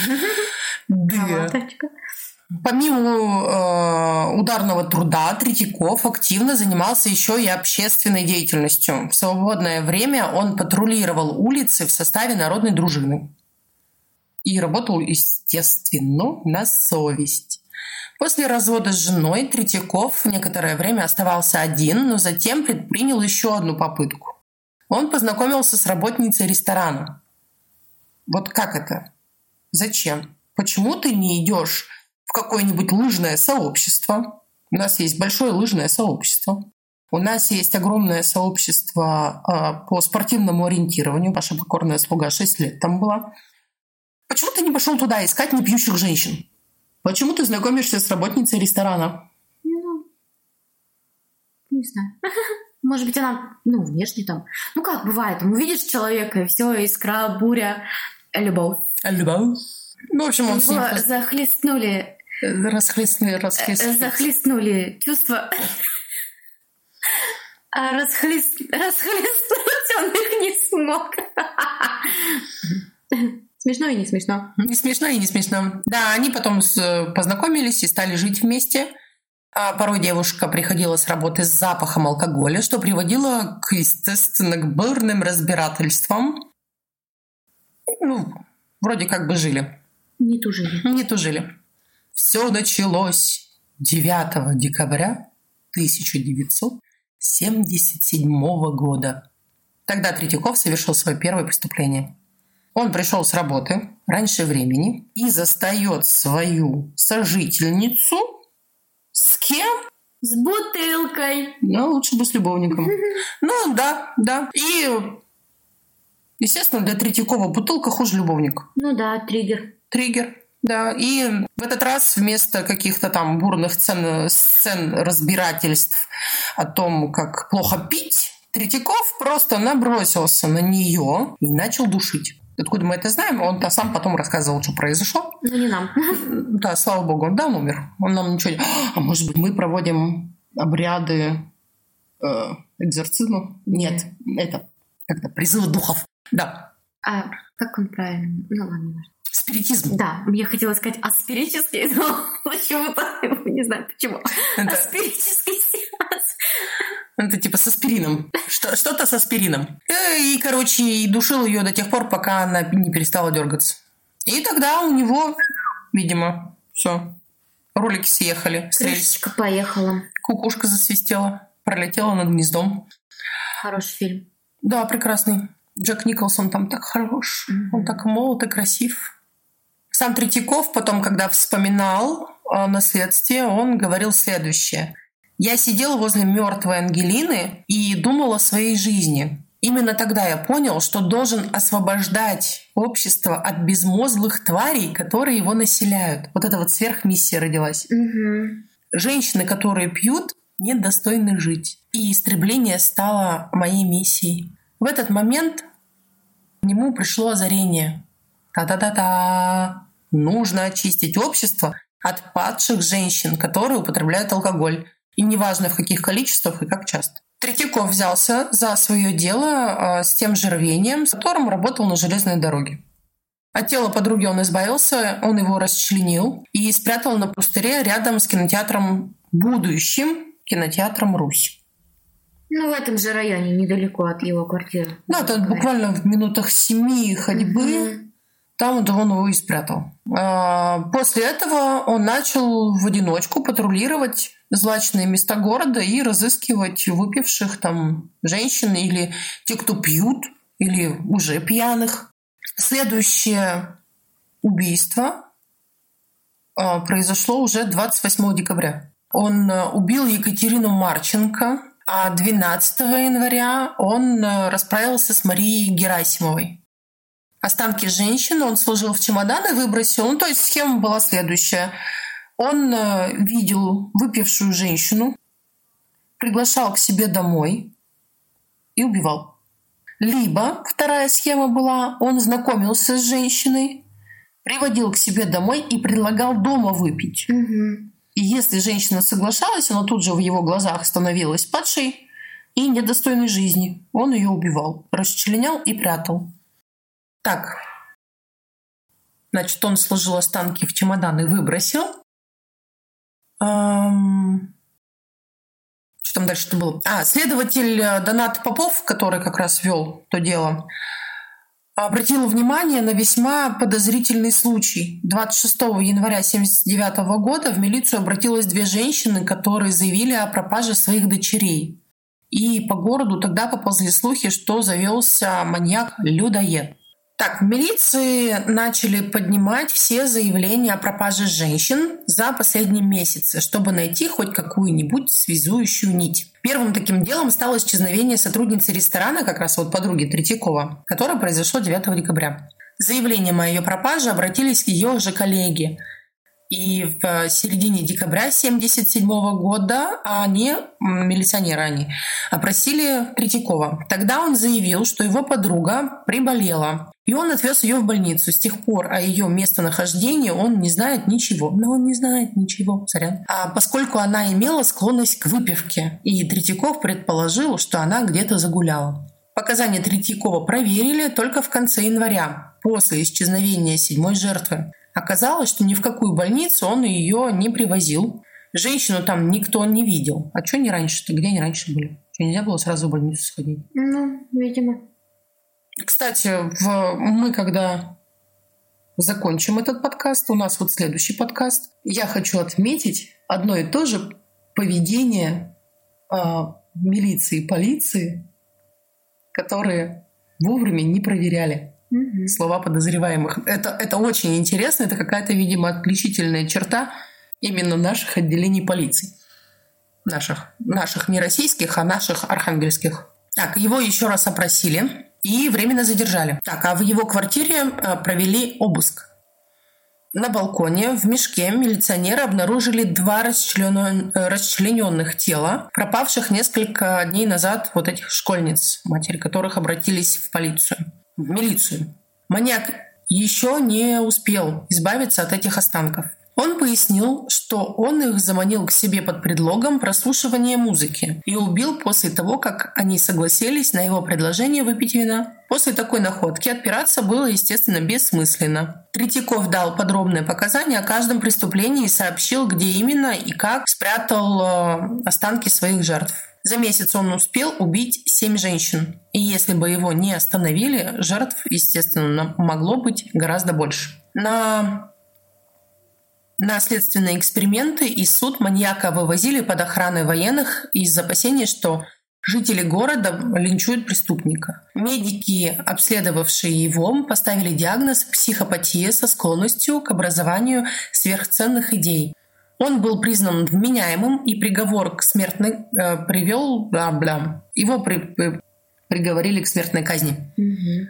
Да. Помимо э, ударного труда, Третьяков активно занимался еще и общественной деятельностью. В свободное время он патрулировал улицы в составе народной дружины. И работал, естественно, на совесть. После развода с женой Третьяков некоторое время оставался один, но затем предпринял еще одну попытку. Он познакомился с работницей ресторана. Вот как это? Зачем? Почему ты не идешь в какое-нибудь лыжное сообщество? У нас есть большое лыжное сообщество. У нас есть огромное сообщество э, по спортивному ориентированию. Ваша покорная слуга шесть лет там была. Почему ты не пошел туда искать непьющих женщин? Почему ты знакомишься с работницей ресторана? Ну, не знаю. Может быть, она, ну, внешне там. Ну, как бывает, там увидишь человека, и все, искра, буря, любовь. Любовь? Ну, в общем, он с ним... захлестнули... Расхлестнули, расхлестнули. Захлестнули чувства. А расхлест... расхлестнуть он их не смог. Смешно и не смешно. Не смешно и не смешно. Да, они потом познакомились и стали жить вместе. А порой девушка приходила с работы с запахом алкоголя, что приводило к, естественно, к бурным разбирательствам. Ну, вроде как бы жили. Не тужили. Не тужили. Все началось девятого декабря тысяча девятьсот семьдесят седьмого года. Тогда Третьяков совершил свое первое преступление. Он пришел с работы раньше времени и застает свою сожительницу. С кем? С бутылкой. Ну, лучше бы с любовником. Ну, да, да. И, естественно, для Третьякова бутылка хуже любовник. Ну да, триггер. Триггер, да. И в этот раз вместо каких-то там бурных сцен, сцен разбирательств о том, как плохо пить, Третьяков просто набросился на нее и начал душить. Откуда мы это знаем? Он-то сам потом рассказывал, что произошло. Ну, не нам. Да, слава богу, он, да, он умер. Он нам ничего не... А может быть, мы проводим обряды э, экзорцизма? Нет, это как-то призывы духов. Да. А как он правильно? Ну, ладно, не важно. Спиритизм. Да, я хотела сказать аспирический, но почему-то, не знаю почему. Это... Аспирический сеанс. Это типа с аспирином. Что- что-то с аспирином. И, короче, и душил ее до тех пор, пока она не перестала дергаться. И тогда у него, видимо, все, ролики съехали. Крышечка поехала. Кукушка засвистела, пролетела над гнездом. Хороший фильм. Да, прекрасный. Джек Николсон там так хорош. Mm-hmm. Он так молод и красив. Сам Третьяков потом, когда вспоминал о наследстве, он говорил следующее. «Я сидел возле мертвой Ангелины и думал о своей жизни. Именно тогда я понял, что должен освобождать общество от безмозглых тварей, которые его населяют». Вот эта вот сверхмиссия родилась. Mm-hmm. Женщины, которые пьют, недостойны жить. И истребление стало моей миссией. В этот момент к нему пришло озарение. Та-та-та-та! Нужно очистить общество от падших женщин, которые употребляют алкоголь. И неважно, в каких количествах и как часто. Третьяков взялся за свое дело с тем же рвением, с которым работал на железной дороге. От тела подруги он избавился, он его расчленил и спрятал на пустыре рядом с кинотеатром, будущим кинотеатром «Русь». Ну, в этом же районе, недалеко от его квартиры. Да, это буквально в минутах семи ходьбы. Mm-hmm. Там вот он его и спрятал. После этого он начал в одиночку патрулировать злачные места города и разыскивать выпивших там женщин или те, кто пьют, или уже пьяных. Следующее убийство произошло уже двадцать восьмого декабря. Он убил Екатерину Марченко, а двенадцатого января он расправился с Марией Герасимовой. Останки женщины он сложил в чемодан и выбросил. Ну, то есть схема была следующая. Он видел выпившую женщину, приглашал к себе домой и убивал. Либо вторая схема была, он знакомился с женщиной, приводил к себе домой и предлагал дома выпить. Угу. И если женщина соглашалась, она тут же в его глазах становилась падшей и недостойной жизни. Он ее убивал, расчленял и прятал. Так, значит, он сложил останки в чемодан и выбросил. Эм... Что там дальше-то было? А, следователь Донат Попов, который как раз вел то дело, обратил внимание на весьма подозрительный случай. двадцать шестого января тысяча девятьсот семьдесят девятого года в милицию обратилось две женщины, которые заявили о пропаже своих дочерей. И по городу тогда поползли слухи, что завелся маньяк-людоед. Так, в милиции начали поднимать все заявления о пропаже женщин за последние месяцы, чтобы найти хоть какую-нибудь связующую нить. Первым таким делом стало исчезновение сотрудницы ресторана, как раз вот подруги Третьякова, которое произошло девятого декабря. С заявлением о ее пропаже обратились к ее же коллеге. И в середине декабря тысяча девятьсот семьдесят седьмого года они, милиционеры они, опросили Третьякова. Тогда он заявил, что его подруга приболела, и он отвез ее в больницу. С тех пор о ее местонахождении он не знает ничего. Но он не знает ничего, сорян. А поскольку она имела склонность к выпивке, и Третьяков предположил, что она где-то загуляла. Показания Третьякова проверили только в конце января, после исчезновения седьмой жертвы. Оказалось, что ни в какую больницу он ее не привозил. Женщину там никто не видел. А что не раньше-то? Где они раньше были? Что, нельзя было сразу в больницу сходить? Ну, видимо. Кстати, в... мы когда закончим этот подкаст, у нас вот следующий подкаст, я хочу отметить одно и то же поведение э, милиции и полиции, которые вовремя не проверяли Угу. слова подозреваемых. Это, это очень интересно. Это какая-то, видимо, отличительная черта именно наших отделений полиции. Наших. Наших не российских, а наших архангельских. Так, его еще раз опросили и временно задержали. Так, а в его квартире провели обыск. На балконе в мешке милиционеры обнаружили два расчлененных тела, пропавших несколько дней назад вот этих школьниц, матери которых обратились в полицию. В милицию. Маньяк еще не успел избавиться от этих останков. Он пояснил, что он их заманил к себе под предлогом прослушивания музыки и убил после того, как они согласились на его предложение выпить вина. После такой находки отпираться было, естественно, бессмысленно. Третьяков дал подробные показания о каждом преступлении и сообщил, где именно и как спрятал останки своих жертв. За месяц он успел убить семь женщин. И если бы его не остановили, жертв, естественно, могло быть гораздо больше. На, на следственные эксперименты и суд маньяка вывозили под охраной военных из опасения, что жители города линчуют преступника. Медики, обследовавшие его, поставили диагноз психопатия со склонностью к образованию сверхценных идей. Он был признан вменяемым, и приговор к смертной э, привел... Бла-бла. Его при, при, приговорили к смертной казни. Mm-hmm.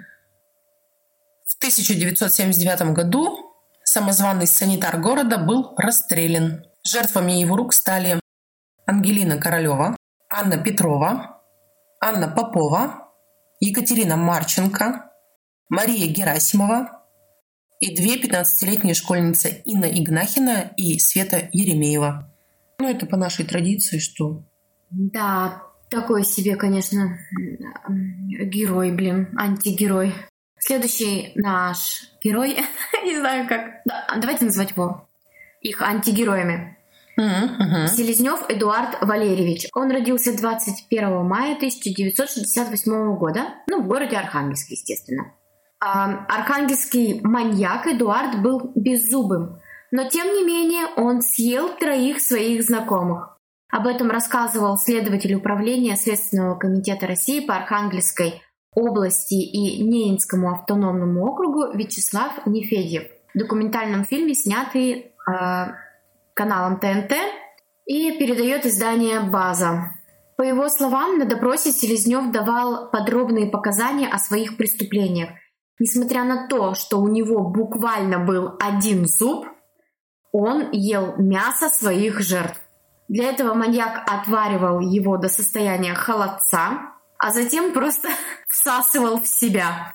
В тысяча девятьсот семьдесят девятом году самозваный санитар города был расстрелян. Жертвами его рук стали Ангелина Королева, Анна Петрова, Анна Попова, Екатерина Марченко, Мария Герасимова и две пятнадцатилетние школьницы Инна Игнахина и Света Еремеева. Ну, это по нашей традиции, что... Да, такой себе, конечно, герой, блин, антигерой. Следующий наш герой, не знаю как, давайте называть его, их антигероями. Mm-hmm. Селезнев Эдуард Валерьевич. Он родился двадцать первого мая тысяча девятьсот шестьдесят восьмого года, ну, в городе Архангельск, естественно. А, архангельский маньяк Эдуард был беззубым, но тем не менее он съел троих своих знакомых. Об этом рассказывал следователь управления Следственного комитета России по Архангельской области и Ненецкому автономному округу Вячеслав Нефедьев в документальном фильме, снятый э, каналом Тэ Эн Тэ, и передает издание «База». По его словам, на допросе Селезнев давал подробные показания о своих преступлениях. Несмотря на то, что у него буквально был один зуб, он ел мясо своих жертв. Для этого маньяк отваривал его до состояния холодца, а затем просто всасывал в себя.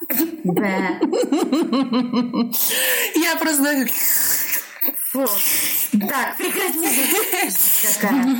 Я просто... Фу. Так, прекрати. Какая.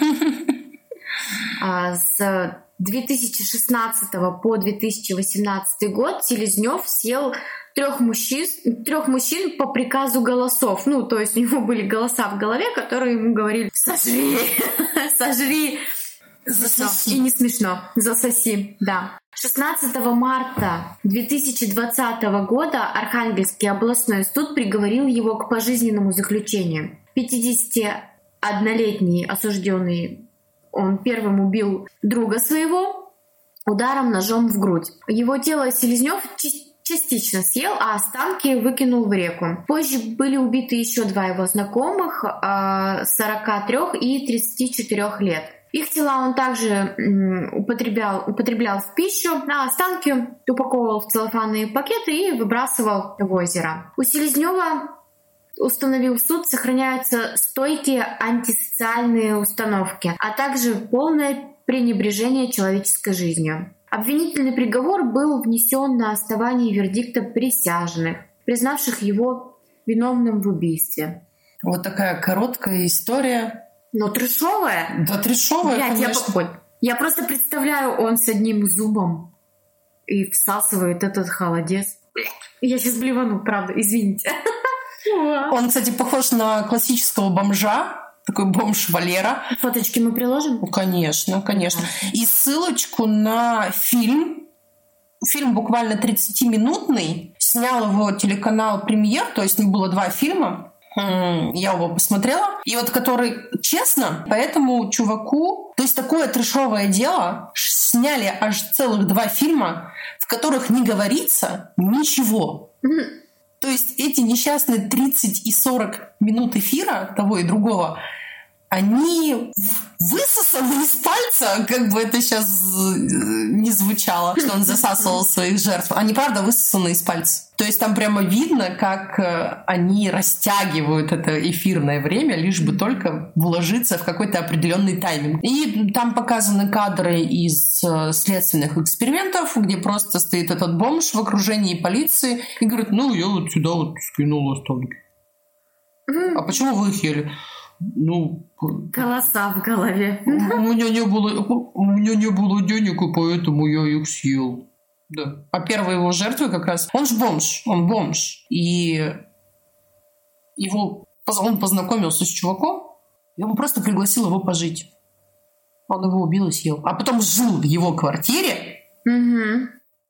А, с две тысячи шестнадцатого по две тысячи восемнадцатый год Селезнев съел трех мужчин, трех мужчин по приказу голосов. Ну, то есть у него были голоса в голове, которые ему говорили: «Сожри, сожри». Засоси. И не смешно. Засоси, да. шестнадцатого марта две тысячи двадцатого года Архангельский областной суд приговорил его к пожизненному заключению. пятидесятиоднолетний осужденный, он первым убил друга своего ударом ножом в грудь. Его тело Селезнев частично съел, а останки выкинул в реку. Позже были убиты еще два его знакомых, сорок три и тридцать четыре лет. Их тела он также употреблял, употреблял в пищу, а останки упаковывал в целлофанные пакеты и выбрасывал в озеро. У Селезнева, установил суд, сохраняются стойкие антисоциальные установки, а также полное пренебрежение человеческой жизнью. Обвинительный приговор был внесен на основании вердикта присяжных, признавших его виновным в убийстве. Вот такая короткая история. Но трешовая. Да, трешовая, Блядь, конечно. Я, я просто представляю, он с одним зубом и всасывает этот холодец. Я сейчас блевану, правда, извините. Он, кстати, похож на классического бомжа. Такой бомж Валера. Фоточки мы приложим? Ну, конечно, конечно. И ссылочку на фильм. Фильм буквально тридцатиминутный. Снял его телеканал «Премьер». То есть было два фильма. Я его посмотрела. И вот который, честно, по этому чуваку... То есть такое трэшовое дело. Сняли аж целых два фильма, в которых не говорится ничего. То есть эти несчастные тридцать и сорок минут эфира того и другого, они высосаны из пальца, как бы это сейчас не звучало, что он засасывал своих жертв. Они, правда, высосаны из пальца. То есть там прямо видно, как они растягивают это эфирное время, лишь бы только вложиться в какой-то определенный тайминг. И там показаны кадры из следственных экспериментов, где просто стоит этот бомж в окружении полиции и говорит: ну, я вот сюда вот скинул останки. А почему вы их ели? Ну, голоса в голове. У меня не было, у меня не было денег, и поэтому я их съел. Да. А первой его жертвой как раз... Он же бомж, он бомж. И его... он познакомился с чуваком, и он просто пригласил его пожить. Он его убил и съел. А потом жил в его квартире, Угу.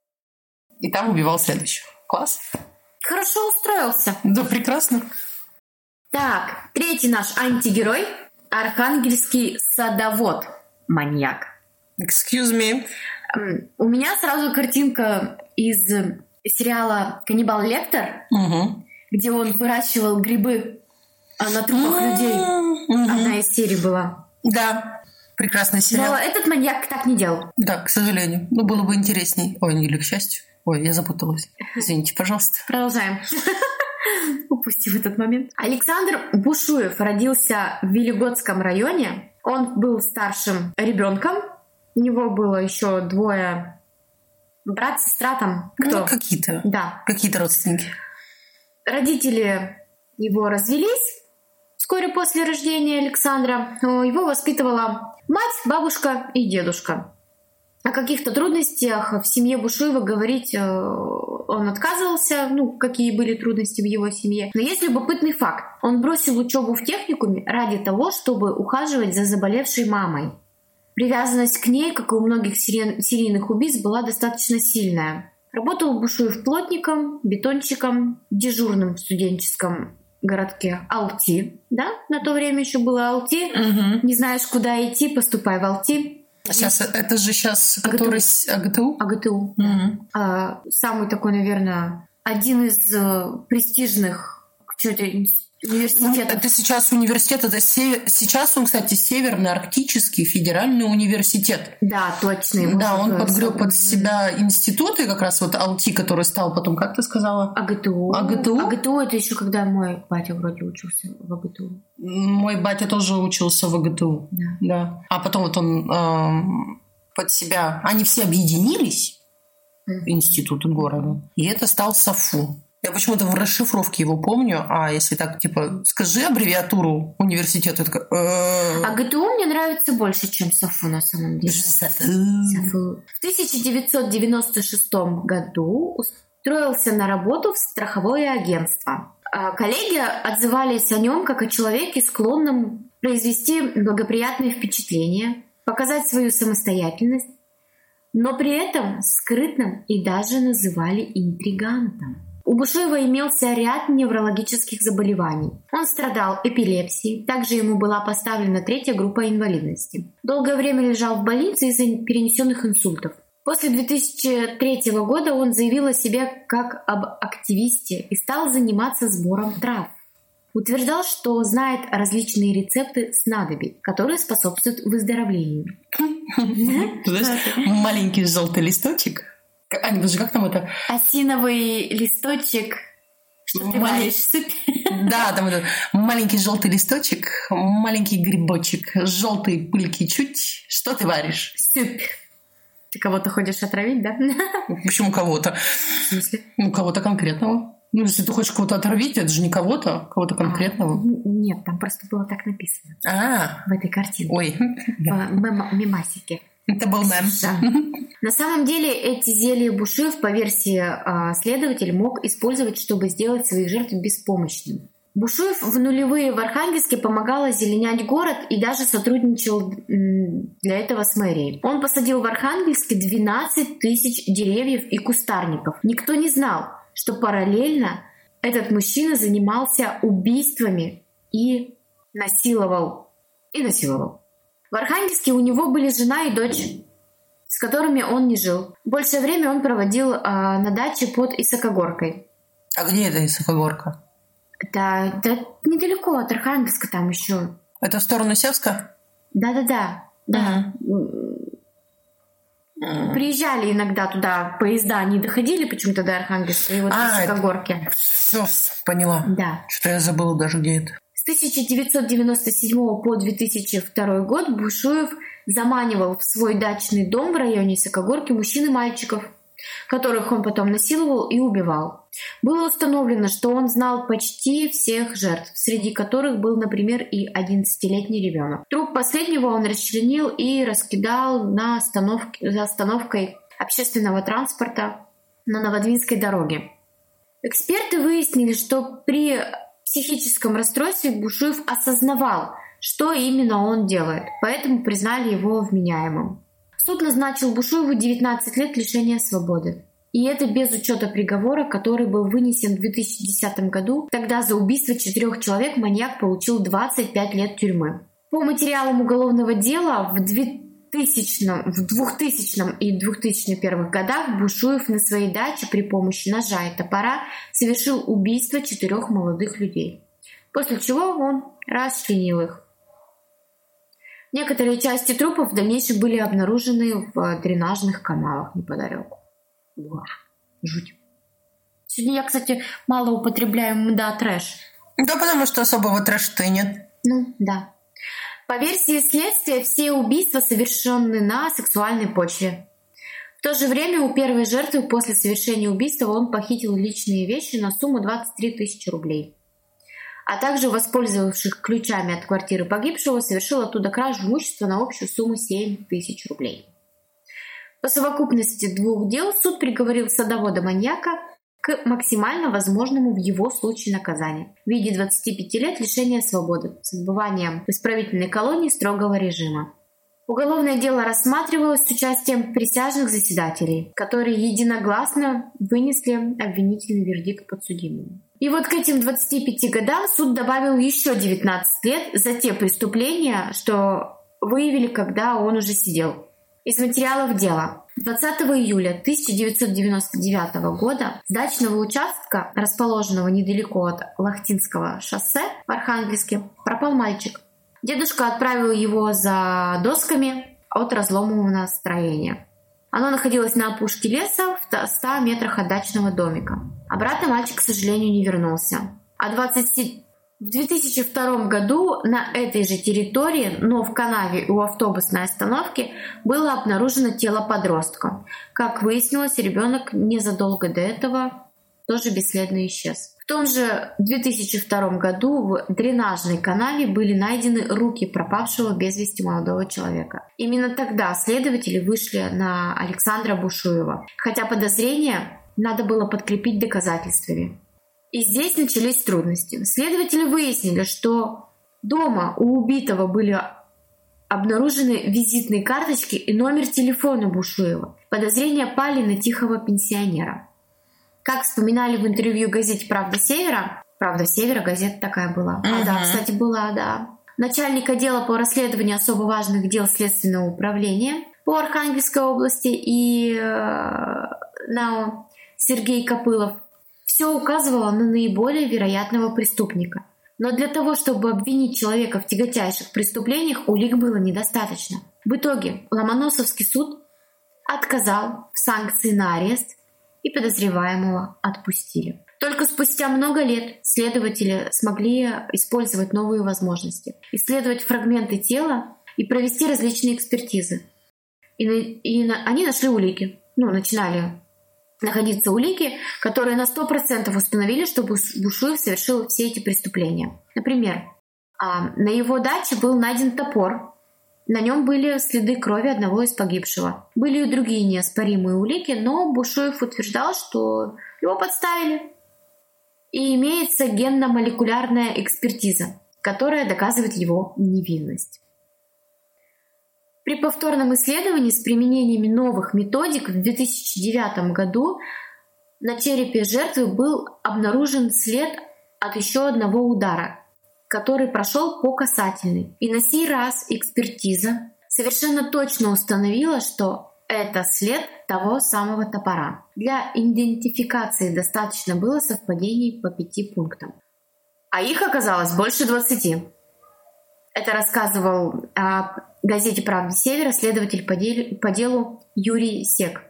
и там убивал следующего. Класс. Хорошо устроился. Да, прекрасно. Так, третий наш антигерой – архангельский садовод, маньяк. Excuse me. М, У меня сразу картинка из сериала «Каннибал Лектор», Угу. где он выращивал грибы а, на трупах людей. Одна из серий была. Да, прекрасный сериал. Но этот маньяк так не делал. Да, к сожалению. Ну, было бы интересней. Ой, или к счастью. Ой, я запуталась. Извините, пожалуйста. Продолжаем. Упустив этот момент. Александр Бушуев родился в Велигодском районе. Он был старшим ребенком. У него было еще двое брат, сестра там. Кто? Ну, какие-то. Да. Какие-то родственники. Родители его развелись вскоре после рождения Александра. Его воспитывала мать, бабушка и дедушка. О каких-то трудностях в семье Бушуева говорить э, он отказывался, ну, какие были трудности в его семье. Но есть любопытный факт. Он бросил учебу в техникуме ради того, чтобы ухаживать за заболевшей мамой. Привязанность к ней, как и у многих серий- серийных убийц, была достаточно сильная. Работал Бушуев плотником, бетонщиком, дежурным в студенческом городке Алти. Да, на то время еще было Алти. Угу. Не знаешь, куда идти, поступай в Алти. Сейчас, это же сейчас, АГТУ. который... с- АГТУ? АГТУ. Мгм. А, самый такой, наверное, один из э, престижных что-то, университетов. Это сейчас университет, это се- сейчас он, кстати, Северно-Арктический федеральный университет. Да, точно. его Да, он такое подгреб особо- под себя институты, как раз вот Алти, который стал потом, как ты сказала? АГТУ. АГТУ? АГТУ это еще когда мой батя вроде учился в АГТУ. Мой батя тоже учился в АГТУ. Да. Да. А потом вот он эм, под себя... Они все объединились, Мгм. институты города, и это стал САФУ. Я почему-то в расшифровке его помню, а если так, типа, скажи аббревиатуру университета, я такая... «Э, АГТУ мне нравится больше, чем САФУ на самом деле. САФУ». САФУ. В тысяча девятьсот девяносто шестом году устроился на работу в страховое агентство. А коллеги отзывались о нем как о человеке, склонном произвести благоприятное впечатление, показать свою самостоятельность, но при этом скрытным и даже называли интригантом. У Бушуева имелся ряд неврологических заболеваний. Он страдал эпилепсией, также ему была поставлена третья группа инвалидности. Долгое время лежал в больнице из-за перенесенных инсультов. После две тысячи третьего года он заявил о себе как об активисте и стал заниматься сбором трав. Утверждал, что знает различные рецепты снадобий, которые способствуют выздоровлению. Ты знаешь, маленький желтый листочек. Аня, подожди, как там это? Осиновый листочек. Что ты Малень- варишь? Сыпь. Да, там этот маленький желтый листочек, маленький грибочек, желтые пыльки чуть. Что ты варишь? Сыпь. Ты кого-то ходишь отравить, да? Почему кого-то? В смысле? Ну, кого-то конкретного. Ну, если ты хочешь кого-то отравить, это же не кого-то, а кого-то конкретного. Н- Нет, там просто было так написано А, в этой картинке. ой, В мема- мемасике. это был мем. Да. На самом деле эти зелья Бушуев, по версии а, следователя, мог использовать, чтобы сделать своих жертв беспомощными. Бушуев в нулевые в Архангельске помогал озеленять город и даже сотрудничал м, для этого с мэрией. Он посадил в Архангельске двенадцать тысяч деревьев и кустарников. Никто не знал, что параллельно этот мужчина занимался убийствами и насиловал. И насиловал. В Архангельске у него были жена и дочь, с которыми он не жил. Большее время он проводил а, на даче под Исакогоркой. А где эта Исакогорка? Это, это недалеко от Архангельска там еще. Это в сторону Севска? Да-да-да. Да. Мгм. Приезжали иногда туда поезда, не доходили почему-то до Архангельска, и вот А, в Исакогорке. Все, поняла. Да. Что-то я забыла даже, где это. С тысяча девятьсот девяносто седьмого по две тысячи второй год Бушуев заманивал в свой дачный дом в районе Исакогорки мужчин и мальчиков, которых он потом насиловал и убивал. Было установлено, что он знал почти всех жертв, среди которых был, например, и одиннадцатилетний ребенок. Труп последнего он расчленил и раскидал на остановке, за остановкой общественного транспорта на Новодвинской дороге. Эксперты выяснили, что при психическом расстройстве Бушуев осознавал, что именно он делает, поэтому признали его вменяемым. Суд назначил Бушуеву девятнадцать лет лишения свободы. И это без учета приговора, который был вынесен в две тысячи десятом году. Тогда за убийство четырех человек маньяк получил двадцать пять лет тюрьмы. По материалам уголовного дела в двухтысячном, в двухтысячном и две тысячи первых годах Бушуев на своей даче при помощи ножа и топора совершил убийство четырех молодых людей, после чего он расчленил их. Некоторые части трупов в дальнейшем были обнаружены в дренажных каналах неподалеку. Уа, жуть. Сегодня я, кстати, мало употребляю мда трэш. Да, потому что особого трэша-то и нет. Ну, да. По версии следствия, все убийства совершены на сексуальной почве. В то же время у первой жертвы после совершения убийства он похитил личные вещи на сумму двадцать три тысячи рублей. А также, воспользовавшись ключами от квартиры погибшего, совершил оттуда кражу имущества на общую сумму семь тысяч рублей. По совокупности двух дел суд приговорил садовода-маньяка к максимально возможному в его случае наказанию в виде двадцати пяти лет лишения свободы с отбыванием в исправительной колонии строгого режима. Уголовное дело рассматривалось с участием присяжных заседателей, которые единогласно вынесли обвинительный вердикт подсудимому. И вот к этим двадцати пяти годам суд добавил еще девятнадцать лет за те преступления, что выявили, когда он уже сидел. Из материалов дела. двадцатого июля тысяча девятьсот девяносто девятого года с дачного участка, расположенного недалеко от Лахтинского шоссе в Архангельске, пропал мальчик. Дедушка отправил его за досками от разломанного строения. Оно находилось на опушке леса в ста метрах от дачного домика. Обратно мальчик, к сожалению, не вернулся. А двадцать... В две тысячи втором году на этой же территории, но в канаве у автобусной остановки, было обнаружено тело подростка. Как выяснилось, ребенок незадолго до этого тоже бесследно исчез. В том же две тысячи втором году в дренажной канаве были найдены руки пропавшего без вести молодого человека. Именно тогда следователи вышли на Александра Бушуева, хотя подозрения надо было подкрепить доказательствами. И здесь начались трудности. Следователи выяснили, что дома у убитого были обнаружены визитные карточки и номер телефона Бушуева. Подозрения пали на тихого пенсионера. Как вспоминали в интервью газете «Правда Севера», «Правда Севера» газета такая была. Uh-huh. А, да, кстати, была, да. Начальник отдела по расследованию особо важных дел Следственного управления по Архангельской области и э, НАО Сергей Копылов. Все указывало на наиболее вероятного преступника. Но для того, чтобы обвинить человека в тяготейших преступлениях, улик было недостаточно. В итоге Ломоносовский суд отказал в санкции на арест, и подозреваемого отпустили. Только спустя много лет следователи смогли использовать новые возможности, исследовать фрагменты тела и провести различные экспертизы. И, и на, они нашли улики, ну, начинали находиться улики, которые на сто процентов установили, что Бушуев совершил все эти преступления. Например, на его даче был найден топор. На нем были следы крови одного из погибшего. Были и другие неоспоримые улики, но Бушуев утверждал, что его подставили. И имеется генно-молекулярная экспертиза, которая доказывает его невинность. При повторном исследовании с применением новых методик в две тысячи девятом году на черепе жертвы был обнаружен след от еще одного удара, который прошел по касательной. И на сей раз экспертиза совершенно точно установила, что это след того самого топора. Для идентификации достаточно было совпадений по пяти пунктам. А их оказалось больше двадцати. Это рассказывал о газете «Правда Севера» следователь по делу, по делу Юрий Сек.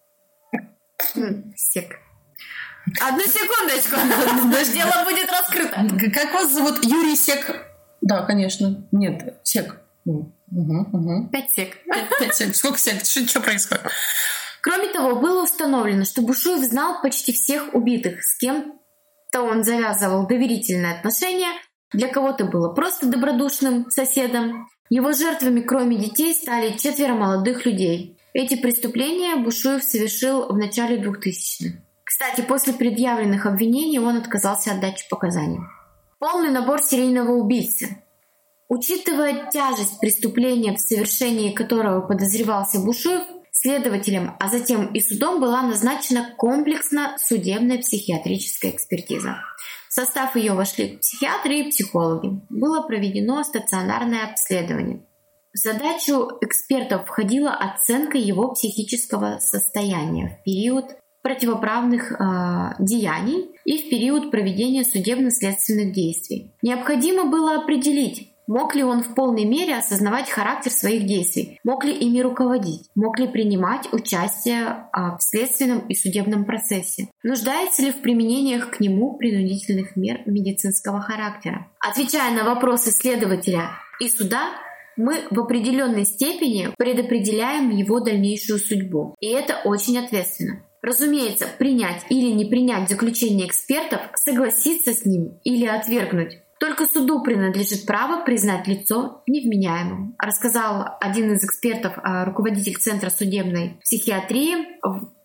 Сек. Одну секундочку, дело будет раскрыто. Как вас зовут? Юрий Сек? Да, конечно. Нет, Сек. Угу, угу. Пять сек. Пять сек. Сколько сек? Что, что происходит? Кроме того, было установлено, что Бушуев знал почти всех убитых, с кем-то он завязывал доверительные отношения, для кого-то было просто добродушным соседом. Его жертвами, кроме детей, стали четверо молодых людей. Эти преступления Бушуев совершил в начале двухтысячных. Кстати, после предъявленных обвинений он отказался от дачи показаний. Полный набор серийного убийцы. Учитывая тяжесть преступления, в совершении которого подозревался Бушуев, следователем, а затем и судом была назначена комплексно-судебная психиатрическая экспертиза. В состав ее вошли психиатры и психологи. Было проведено стационарное обследование. В задачу экспертов входила оценка его психического состояния в период противоправных э, деяний и в период проведения судебно-следственных действий. Необходимо было определить, мог ли он в полной мере осознавать характер своих действий, мог ли ими руководить, мог ли принимать участие э, в следственном и судебном процессе, нуждается ли в применениях к нему принудительных мер медицинского характера. Отвечая на вопросы следователя и суда, мы в определенной степени предопределяем его дальнейшую судьбу. И это очень ответственно. Разумеется, принять или не принять заключение экспертов, согласиться с ним или отвергнуть. Только суду принадлежит право признать лицо невменяемым, рассказал один из экспертов, руководитель Центра судебной психиатрии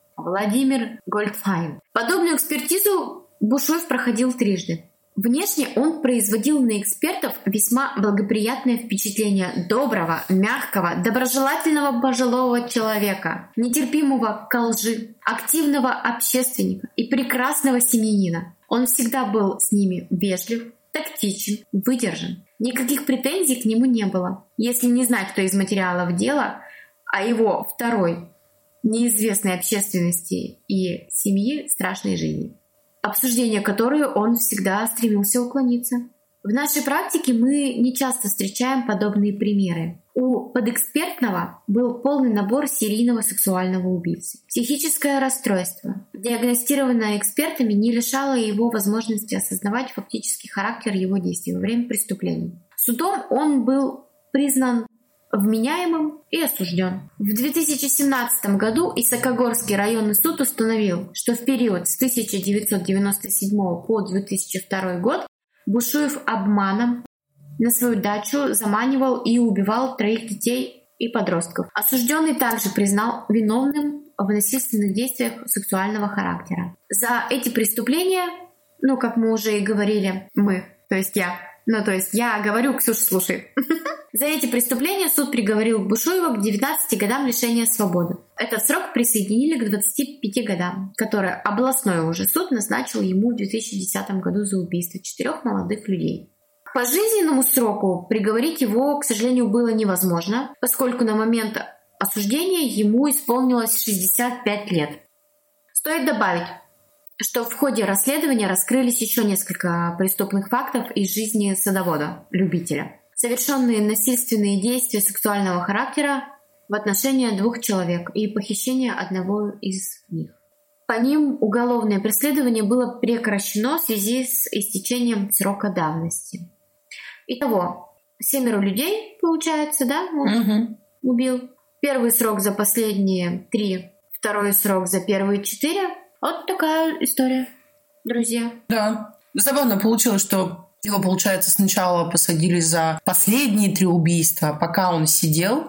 Владимир Гольдфайн. Подобную экспертизу Бушуев проходил трижды. Внешне он производил на экспертов весьма благоприятное впечатление доброго, мягкого, доброжелательного пожилого человека, нетерпимого ко лжи, активного общественника и прекрасного семьянина. Он всегда был с ними вежлив, тактичен, выдержан. Никаких претензий к нему не было. Если не знать, кто из материалов дела, о его второй, неизвестной общественности и семьи страшной жизни, обсуждение которой он всегда стремился уклониться. В нашей практике мы не часто встречаем подобные примеры. У подэкспертного был полный набор серийного сексуального убийцы. Психическое расстройство, диагностированное экспертами, не лишало его возможности осознавать фактический характер его действий во время преступлений. Судом он был признан вменяемым и осужден. В две тысячи семнадцатом году Исакогорский районный суд установил, что в период с тысяча девятьсот девяносто седьмого по две тысячи второй год Бушуев обманом на свою дачу заманивал и убивал троих детей и подростков. Осужденный также признал виновным в насильственных действиях сексуального характера. За эти преступления, ну, как мы уже и говорили, мы, то есть я, ну, то есть я говорю, Ксюша, слушай. За эти преступления суд приговорил Бушуева к девятнадцати годам лишения свободы. Этот срок присоединили к двадцати пяти годам, которые областной уже суд назначил ему в две тысячи десятом году за убийство четырех молодых людей. К пожизненному сроку приговорить его, к сожалению, было невозможно, поскольку на момент осуждения ему исполнилось шестьдесят пять лет. Стоит добавить, что в ходе расследования раскрылись еще несколько преступных фактов из жизни садовода-любителя. Совершенные насильственные действия сексуального характера в отношении двух человек и похищение одного из них. По ним уголовное преследование было прекращено в связи с истечением срока давности. Итого, семеро людей, получается, да, он угу. убил. Первый срок за последние три, второй срок за первые четыре. Вот такая история, друзья. Да, забавно получилось, что его, получается, сначала посадили за последние три убийства, пока он сидел,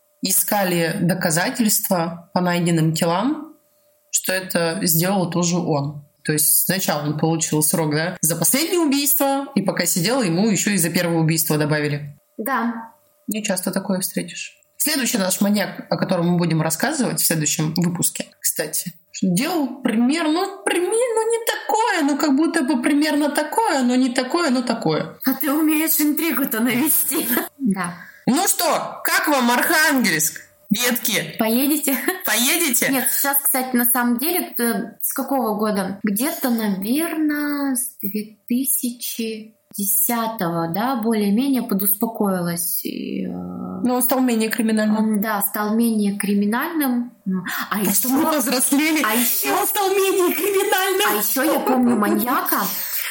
искали доказательства по найденным телам, что это сделал тоже он. То есть сначала он получил срок, да, за последнее убийство, и пока сидел, ему еще и за первое убийство добавили. Да. Не часто такое встретишь. Следующий наш маньяк, о котором мы будем рассказывать в следующем выпуске, кстати, делал пример, ну, пример, ну, не такое, ну, как будто бы примерно такое, но не такое, но такое. А ты умеешь интригу-то навести. Да. Ну что, как вам Архангельск, детки? Поедете? Поедете? Нет, сейчас, кстати, на самом деле, с какого года? Где-то, наверное, с две тысячи десятого, да, более-менее подуспокоилась. И, ну, он стал менее криминальным. Он, да, стал менее криминальным. А еще мы повзрослели, а еще он стал менее криминальным. А еще я помню маньяка,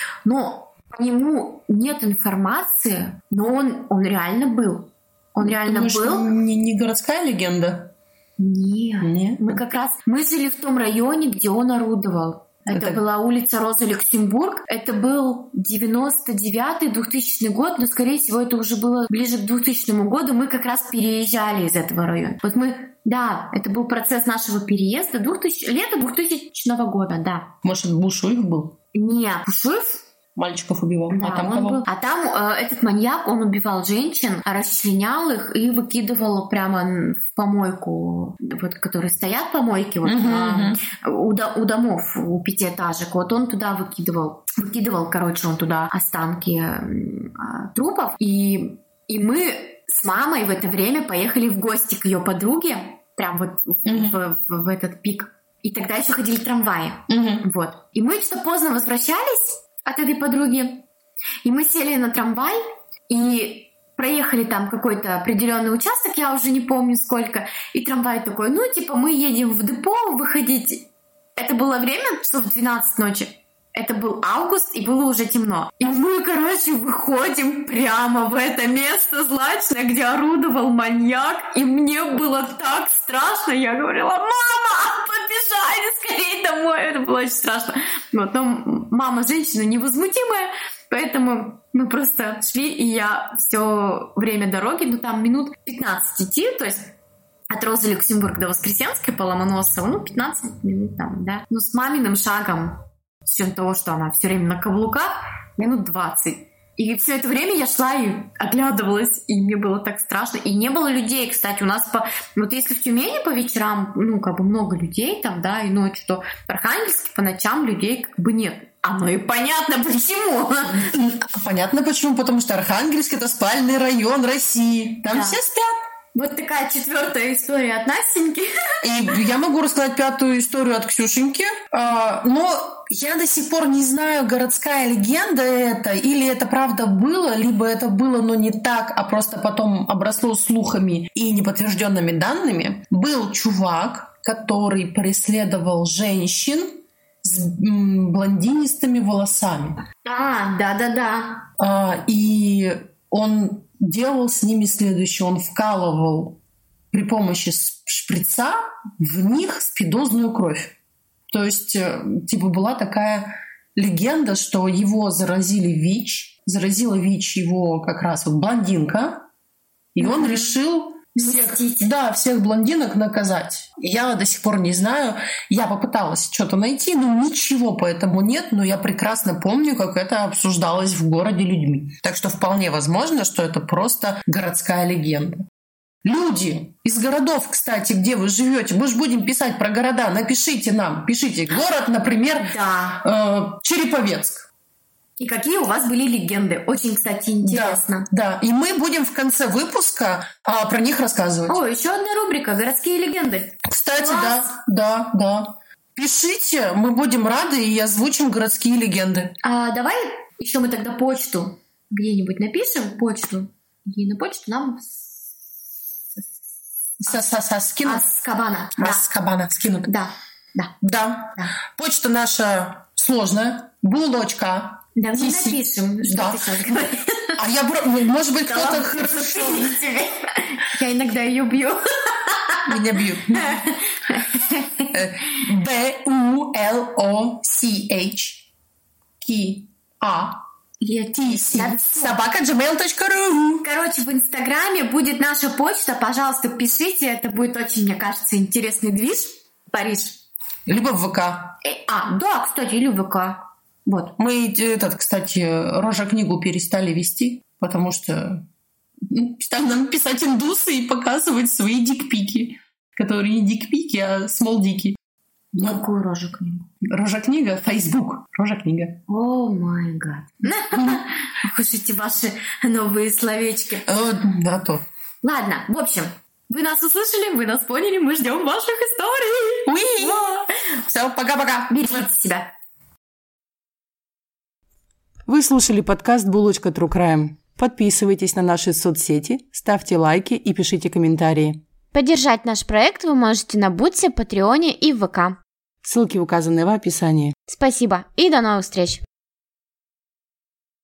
но по нему нет информации, но он, он реально был. Он реально Думаешь, был. Не, не городская легенда? Нет. Нет. Мы как раз мы жили в том районе, где он орудовал. Это, это была улица Роза Люксембург. Это был девяносто девятый двухтысячный год, но, скорее всего, это уже было ближе к двухтысячному году. Мы как раз переезжали из этого района. Вот мы Да, это был процесс нашего переезда. двухтысячного лето двухтысячного года, да. Может, Бушуев был? Не, Бушуев... Мальчиков убивал. Да, а там он кого? Был... А там э, этот маньяк, он убивал женщин, расчленял их и выкидывал прямо в помойку, вот, которые стоят помойки вот, uh-huh, uh-huh. У, у домов, у пятиэтажек. Вот он туда выкидывал, выкидывал, короче, он туда останки э, трупов. И, и мы с мамой в это время поехали в гости к ее подруге, прям вот uh-huh. в, в, в этот пик. И тогда еще ходили трамваи. Uh-huh. Вот. И мы что-то поздно возвращались от этой подруги. И мы сели на трамвай и проехали там какой-то определенный участок, я уже не помню сколько. И трамвай такой, ну, типа, мы едем в депо, выходите. Это было время, часов двенадцать ночи. Это был август, и было уже темно. И мы, короче, выходим прямо в это место злачное, где орудовал маньяк. И мне было так страшно. Я говорила, мама, побежали скорее домой. Это было очень страшно. Вот, но мама женщина невозмутимая, поэтому мы просто шли, и я все время дороги, ну там минут пятнадцать идти, то есть от Розы Люксембург до Воскресенской по Ломоносову, ну пятнадцать минут там, да. Ну с маминым шагом, с учетом того, что она все время на каблуках, минут двадцать. И все это время я шла и оглядывалась, и мне было так страшно. И не было людей, кстати, у нас по... Вот если в Тюмени по вечерам, ну, как бы много людей там, да, и ночью, то в Архангельске по ночам людей как бы нет. А ну и понятно почему. Понятно почему, потому что Архангельск — это спальный район России. Там да. все спят. Вот такая четвертая история от Настеньки. И я могу рассказать пятую историю от Ксюшеньки. Но я до сих пор не знаю, городская легенда это, или это правда было, либо это было, но не так, а просто потом обросло слухами и неподтвержденными данными. Был чувак, который преследовал женщин с блондинистыми волосами. А, да-да-да. И он делал с ними следующее. Он вкалывал при помощи шприца в них спидозную кровь. То есть, типа, была такая легенда, что его заразили ВИЧ. Заразила ВИЧ его как раз вот блондинка. И mm-hmm. он решил всех, да, всех блондинок наказать. Я до сих пор не знаю. Я попыталась что-то найти, но ничего по этому нет. Но я прекрасно помню, как это обсуждалось в городе людьми. Так что вполне возможно, что это просто городская легенда. Люди из городов, кстати, где вы живете, мы же будем писать про города. Напишите нам, пишите город, например, да. э, Череповецк. И какие у вас были легенды? Очень, кстати, интересно. Да, да. И мы будем в конце выпуска а, про них рассказывать. О, еще одна рубрика «Городские легенды». Кстати, Класс. да, да, да. Пишите, мы будем рады и озвучим городские легенды. А давай еще мы тогда почту где-нибудь напишем, почту. И на почту нам... Са-са-са скинут. Аскабана. Аскабана скинут. Да, да. Да. Да. Почта наша сложная. Булочка. Да, мы напишем, что да. ты сейчас говоришь. А я, может быть, кто-то... Я иногда ее бью. Меня бьют. Б У Л О С H Ки А Ти Си собака джимейл точка ру. Короче, в Инстаграме будет наша почта. Пожалуйста, пишите. Это будет очень, мне кажется, интересный движ. Париж. Либо в ВК. А, да, кстати, или в ВК. Вот. Мы, этот, кстати, Рожа книгу перестали вести, потому что стали нам писать индусы и показывать свои дикпики, которые не дикпики, а смолдики. Но... Какую Рожа книгу? Рожа книга, Facebook. Рожа книга. О май гад. Слушайте, ваши новые словечки. Да, то. Ладно, в общем, вы нас услышали, вы нас поняли, мы ждем ваших историй. Все, пока-пока. Берегите себя. Вы слушали подкаст «Булочка True Crime». Подписывайтесь на наши соцсети, ставьте лайки и пишите комментарии. Поддержать наш проект вы можете на Бутсе, Патреоне и в ВК. Ссылки указаны в описании. Спасибо и до новых встреч!